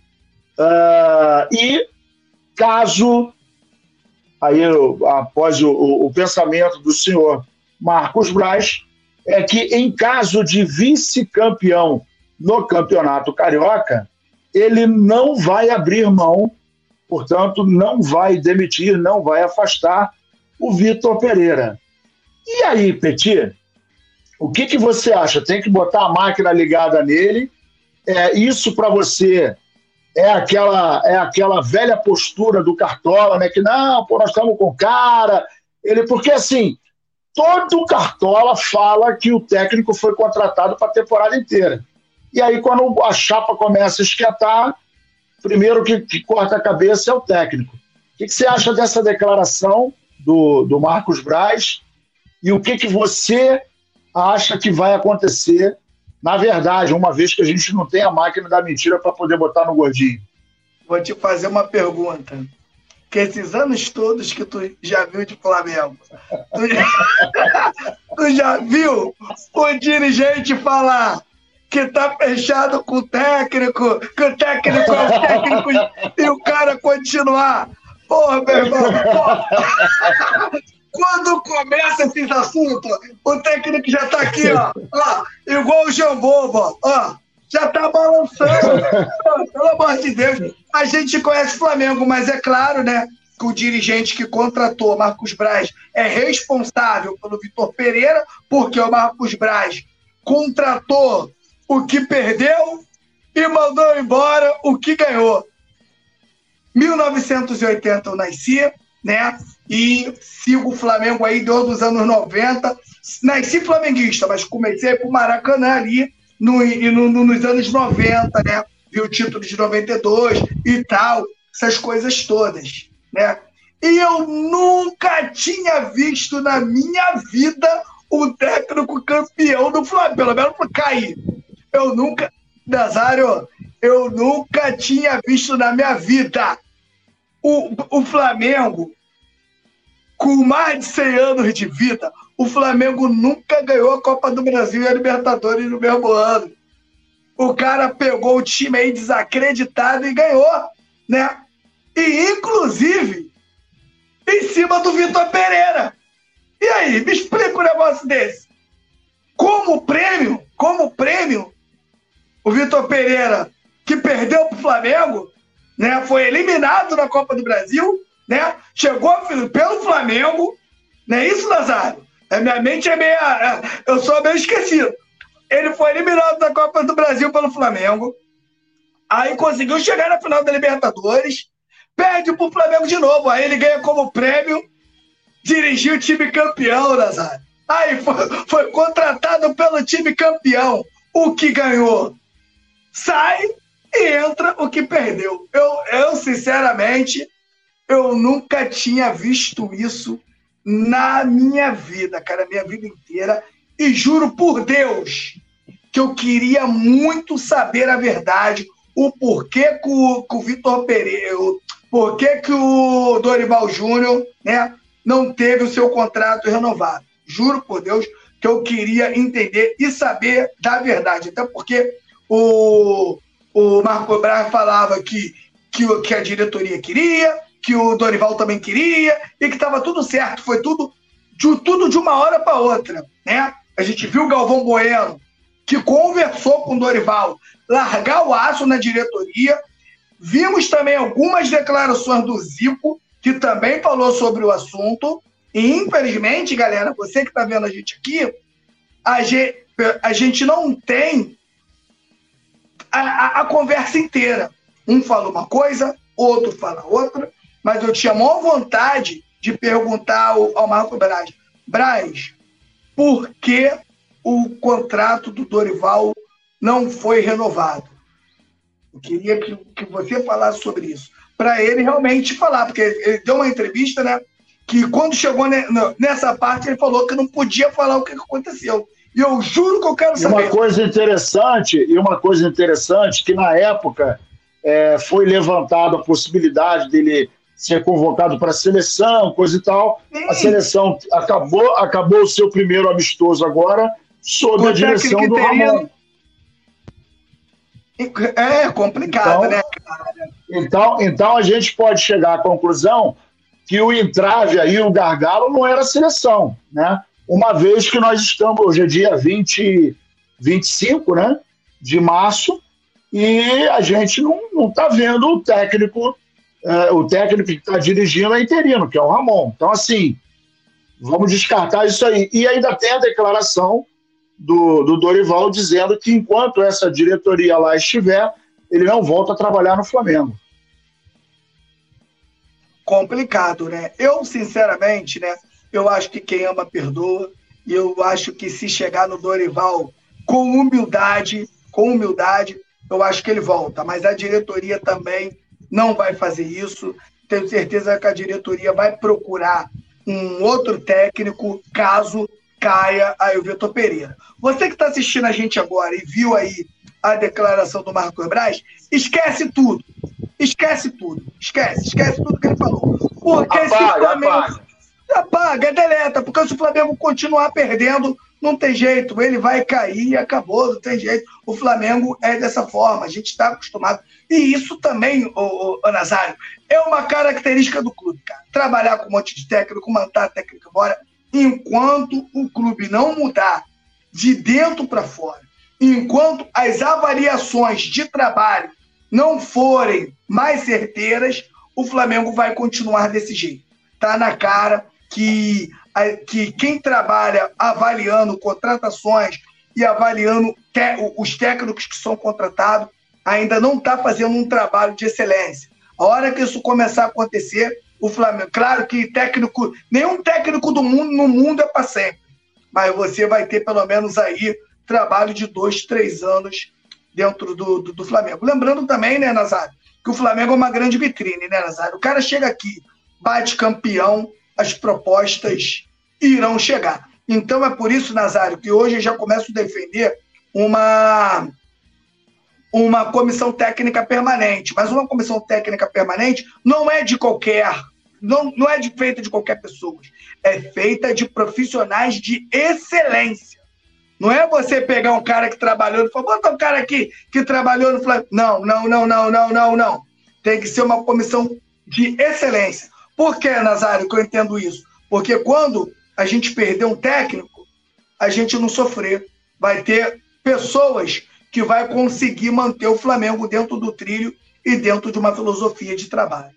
E caso, aí após o pensamento do senhor Marcos Braz, é que em caso de vice-campeão no Campeonato Carioca, ele não vai abrir mão, portanto, não vai demitir, não vai afastar o Vitor Pereira. E aí, Petit, o que você acha? Tem que botar a máquina ligada nele? Isso para você é aquela velha postura do Cartola, né? Que não, pô, nós estamos com o cara. Porque assim, todo Cartola fala que o técnico foi contratado para a temporada inteira. E aí, quando a chapa começa a esquentar, primeiro que corta a cabeça é o técnico. O que você acha dessa declaração do Marcos Braz? E o que você acha que vai acontecer, na verdade, uma vez que a gente não tem a máquina da mentira para poder botar no gordinho? Vou te fazer uma pergunta. Que esses anos todos que tu já viu de Flamengo, tu já viu o dirigente falar que tá fechado com o técnico, que o técnico é o técnico e o cara continuar? Porra, meu irmão, porra. Quando começa esses assuntos, o técnico já tá aqui, ó igual o Jean Bobo, ó, já tá balançando. Pelo amor de Deus, a gente conhece o Flamengo, mas é claro, né, que o dirigente que contratou Marcos Braz é responsável pelo Vitor Pereira, porque o Marcos Braz contratou o que perdeu e mandou embora o que ganhou. 1980 eu nasci, né? E sigo o Flamengo aí desde os anos 90. Nasci flamenguista, mas comecei pro Maracanã ali nos anos 90, né? Vi o título de 92 e tal, essas coisas todas, né? E eu nunca tinha visto na minha vida um técnico campeão do Flamengo, pelo menos cair. Nazário, eu nunca tinha visto na minha vida o Flamengo, com mais de 100 anos de vida, o Flamengo nunca ganhou a Copa do Brasil e a Libertadores no mesmo ano. O cara pegou o time aí desacreditado e ganhou, né? E, inclusive, em cima do Vitor Pereira. E aí, me explica um negócio desse. Como prêmio, o Vitor Pereira, que perdeu para o Flamengo, né, foi eliminado na Copa do Brasil, né, chegou pelo Flamengo, não é isso, Nazário? Minha mente é meio... eu sou meio esquecido. Ele foi eliminado da Copa do Brasil pelo Flamengo, aí conseguiu chegar na final da Libertadores, perde para o Flamengo de novo, aí ele ganha como prêmio dirigir o time campeão, Nazário. Aí foi contratado pelo time campeão. O que ganhou sai e entra o que perdeu. Eu sinceramente, eu nunca tinha visto isso na minha vida, cara, minha vida inteira. E juro por Deus que eu queria muito saber a verdade, o porquê que o Vitor Pereira, porquê que o Dorival Júnior, né, não teve o seu contrato renovado. Juro por Deus que eu queria entender e saber da verdade. Até porque o Marco Braz falava que a diretoria queria, que o Dorival também queria, e que estava tudo certo. Foi tudo de uma hora para outra, né? A gente viu o Galvão Bueno, que conversou com o Dorival, largar o aço na diretoria. Vimos também algumas declarações do Zico, que também falou sobre o assunto. E, infelizmente, galera, você que está vendo a gente aqui, a gente não tem a conversa inteira. Um fala uma coisa, outro fala outra, mas eu tinha a maior vontade de perguntar ao Marco Braz: Braz, por que o contrato do Dorival não foi renovado? Eu queria que você falasse sobre isso, para ele realmente falar, porque ele deu uma entrevista, né, que quando chegou nessa parte ele falou que não podia falar o que aconteceu. E eu juro que eu quero saber. Uma coisa interessante, que na época foi levantada a possibilidade dele ser convocado para a seleção, coisa e tal. Sim. A seleção acabou o seu primeiro amistoso agora, sob a direção do Ramon. É complicado, então, né, cara? Então a gente pode chegar à conclusão que o entrave aí, o gargalo, não era a seleção, né? Uma vez que nós estamos, hoje é dia 25, né, de março, e a gente não está vendo o técnico que está dirigindo é interino, que é o Ramon. Então, assim, vamos descartar isso aí. E ainda tem a declaração do Dorival dizendo que enquanto essa diretoria lá estiver, ele não volta a trabalhar no Flamengo. Complicado, né? Eu, sinceramente, né, eu acho que quem ama perdoa, e eu acho que se chegar no Dorival com humildade, eu acho que ele volta. Mas a diretoria também não vai fazer isso. Tenho certeza que a diretoria vai procurar um outro técnico caso caia aí o Vitor Pereira. Você que está assistindo a gente agora e viu aí a declaração do Marco Braz, esquece tudo. Esquece tudo que ele falou. Porque apaga, deleta, porque se o Flamengo continuar perdendo, não tem jeito, ele vai cair e acabou, não tem jeito. O Flamengo é dessa forma, a gente está acostumado. E isso também, ô Nazário, é uma característica do clube, cara. Trabalhar com um monte de técnico, mandar a técnica embora, enquanto o clube não mudar de dentro para fora, enquanto as avaliações de trabalho não forem mais certeiras, o Flamengo vai continuar desse jeito. Tá na cara que quem trabalha avaliando contratações e avaliando os técnicos que são contratados ainda não está fazendo um trabalho de excelência. A hora que isso começar a acontecer, o Flamengo... Claro que nenhum técnico no mundo é para sempre, mas você vai ter pelo menos aí trabalho de 2, 3 anos dentro do Flamengo. Lembrando também, né, Nazário, que o Flamengo é uma grande vitrine, né, Nazário? O cara chega aqui, bate campeão, as propostas irão chegar. Então é por isso, Nazário, que hoje eu já começo a defender uma comissão técnica permanente. Mas uma comissão técnica permanente não é de qualquer... Não é feita de qualquer pessoa. É feita de profissionais de excelência. Não é você pegar um cara que trabalhou e falar, bota um cara aqui que trabalhou no Flamengo. Não. Tem que ser uma comissão de excelência. Por que, Nazário, que eu entendo isso? Porque quando a gente perder um técnico, a gente não sofrer. Vai ter pessoas que vai conseguir manter o Flamengo dentro do trilho e dentro de uma filosofia de trabalho.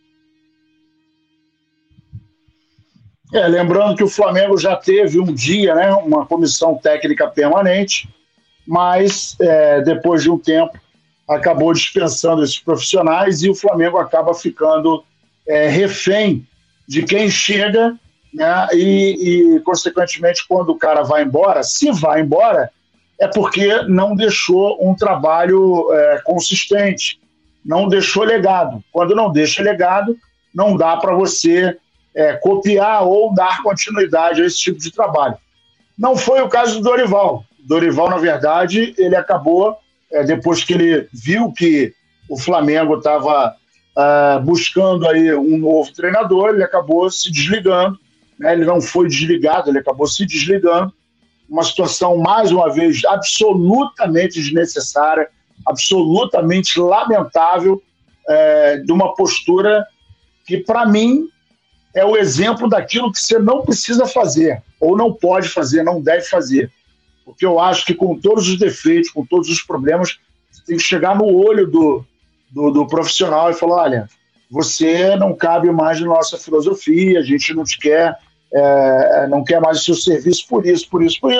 Lembrando que o Flamengo já teve um dia, né, uma comissão técnica permanente, mas depois de um tempo acabou dispensando esses profissionais e o Flamengo acaba ficando refém de quem chega, né, e, consequentemente, quando o cara vai embora, se vai embora, é porque não deixou um trabalho consistente, não deixou legado. Quando não deixa legado, não dá para você copiar ou dar continuidade a esse tipo de trabalho. Não foi o caso do Dorival. Dorival, na verdade, ele acabou, depois que ele viu que o Flamengo estava buscando aí um novo treinador, ele acabou se desligando, né? Ele não foi desligado, ele acabou se desligando. Uma situação, mais uma vez, absolutamente desnecessária, absolutamente lamentável, de uma postura que, para mim, é o exemplo daquilo que você não precisa fazer, ou não pode fazer, não deve fazer. Porque eu acho que, com todos os defeitos, com todos os problemas, você tem que chegar no olho do profissional e falar, olha, você não cabe mais na nossa filosofia, a gente não te quer, não quer mais o seu serviço por isso.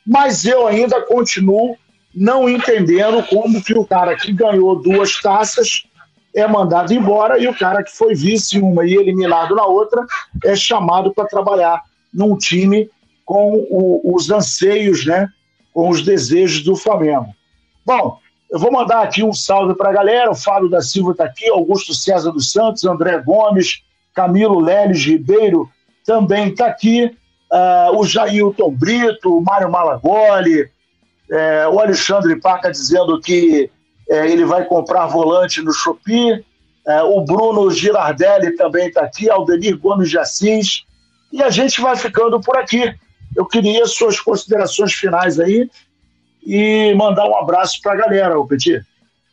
mas eu ainda continuo não entendendo como que o cara que ganhou 2 taças é mandado embora e o cara que foi vice em uma e eliminado na outra é chamado para trabalhar num time com os anseios, né, com os desejos do Flamengo. Bom, eu vou mandar aqui um salve para a galera. O Fábio da Silva está aqui, Augusto César dos Santos, André Gomes, Camilo Leles Ribeiro também está aqui, o Jailton Brito, o Mário Malagoli, o Alexandre Paca dizendo que ele vai comprar volante no Shopee, o Bruno Girardelli também está aqui, Aldenir Gomes de Assis, e a gente vai ficando por aqui. Eu queria suas considerações finais aí e mandar um abraço para a galera, ô Petit.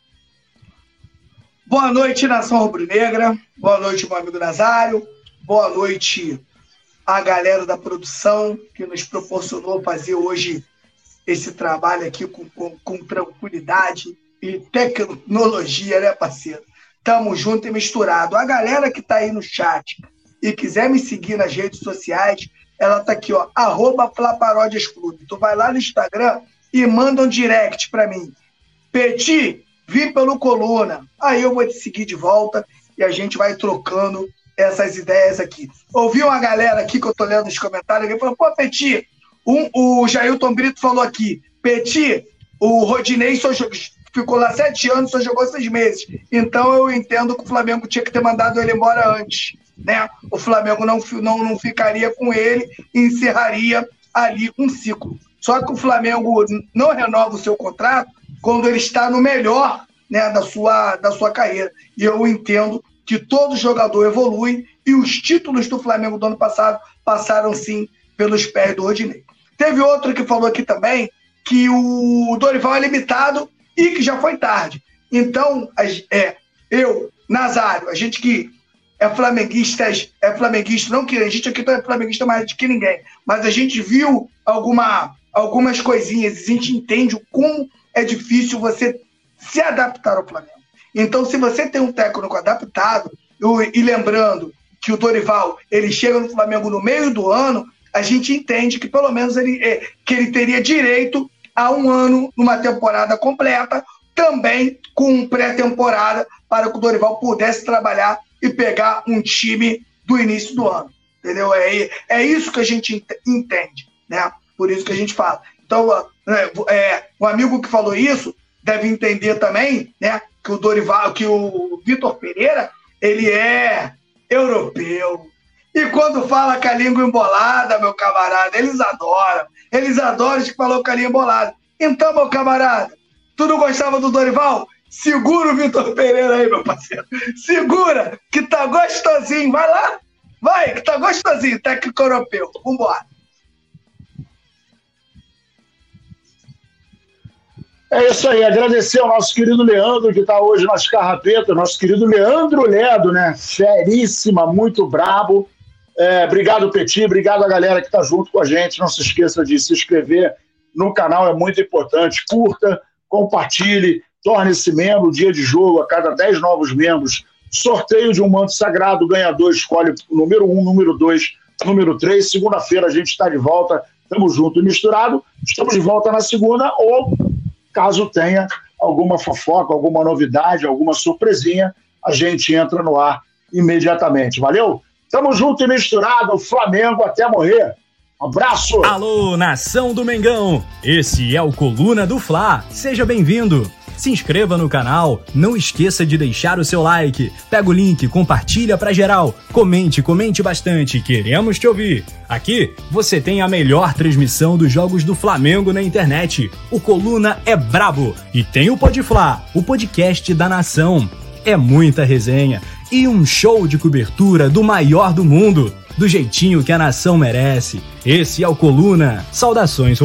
Boa noite, Nação Rubro-Negra. Boa noite, meu amigo Nazário. Boa noite a galera da produção que nos proporcionou fazer hoje esse trabalho aqui com tranquilidade e tecnologia, né, parceiro? Tamo junto e misturado. A galera que tá aí no chat e quiser me seguir nas redes sociais, ela tá aqui, ó, @FlaParódiasClube. Tu vai lá no Instagram e manda um direct pra mim. Petit, vi pelo Coluna. Aí eu vou te seguir de volta e a gente vai trocando essas ideias aqui. Ouvi uma galera aqui que eu tô lendo nos comentários que falou, pô, Petit, o Jailton Brito falou aqui, Petit, o Rodinei só ficou lá 7 anos, só jogou 6 meses. Então eu entendo que o Flamengo tinha que ter mandado ele embora antes, né? O Flamengo não ficaria com ele e encerraria ali um ciclo. Só que o Flamengo não renova o seu contrato quando ele está no melhor, né, da sua carreira. E eu entendo que todo jogador evolui e os títulos do Flamengo do ano passado passaram, sim, pelos pés do Rodinei. Teve outro que falou aqui também que o Dorival é limitado e que já foi tarde. Então, eu, Nazário, a gente que é flamenguista, não que a gente aqui não é flamenguista mais do que ninguém, mas a gente viu algumas coisinhas, a gente entende o como é difícil você se adaptar ao Flamengo. Então, se você tem um técnico adaptado, e lembrando que o Dorival ele chega no Flamengo no meio do ano, a gente entende que pelo menos que ele teria direito a 1 ano numa temporada completa, também com pré-temporada, para que o Dorival pudesse trabalhar e pegar um time do início do ano. Entendeu? É isso que a gente entende, né? Por isso que a gente fala. Então, o amigo que falou isso deve entender também, né, que o Dorival, que o Vitor Pereira, ele é europeu. E quando fala com a língua embolada, meu camarada, eles adoram. Eles adoram que falou com a língua embolada. Então, meu camarada, tu não gostava do Dorival? Segura o Vitor Pereira aí, meu parceiro. Segura, que tá gostosinho. Vai lá. Vai, que tá gostosinho. Técnico europeu. Vambora. É isso aí, agradecer ao nosso querido Leandro, que está hoje nas carrapetas, nosso querido Leandro Ledo, né? Feríssima, muito brabo. Obrigado, Petit, obrigado a galera que está junto com a gente. Não se esqueça de se inscrever no canal, é muito importante. Curta, compartilhe, torne-se membro. Dia de jogo, a cada 10 novos membros, sorteio de um manto sagrado, ganhador escolhe o número 1, número 2, número 3. Segunda-feira a gente está de volta, estamos junto e misturado. Estamos de volta na segunda ou... caso tenha alguma fofoca, alguma novidade, alguma surpresinha, a gente entra no ar imediatamente. Valeu? Tamo junto e misturado, Flamengo até morrer. Um abraço! Alô, nação do Mengão! Esse é o Coluna do Fla. Seja bem-vindo! Se inscreva no canal, não esqueça de deixar o seu like, pega o link, compartilha pra geral, comente bastante, queremos te ouvir. Aqui você tem a melhor transmissão dos jogos do Flamengo na internet. O Coluna é brabo e tem o Podfla, o podcast da nação. É muita resenha e um show de cobertura do maior do mundo, do jeitinho que a nação merece. Esse é o Coluna. Saudações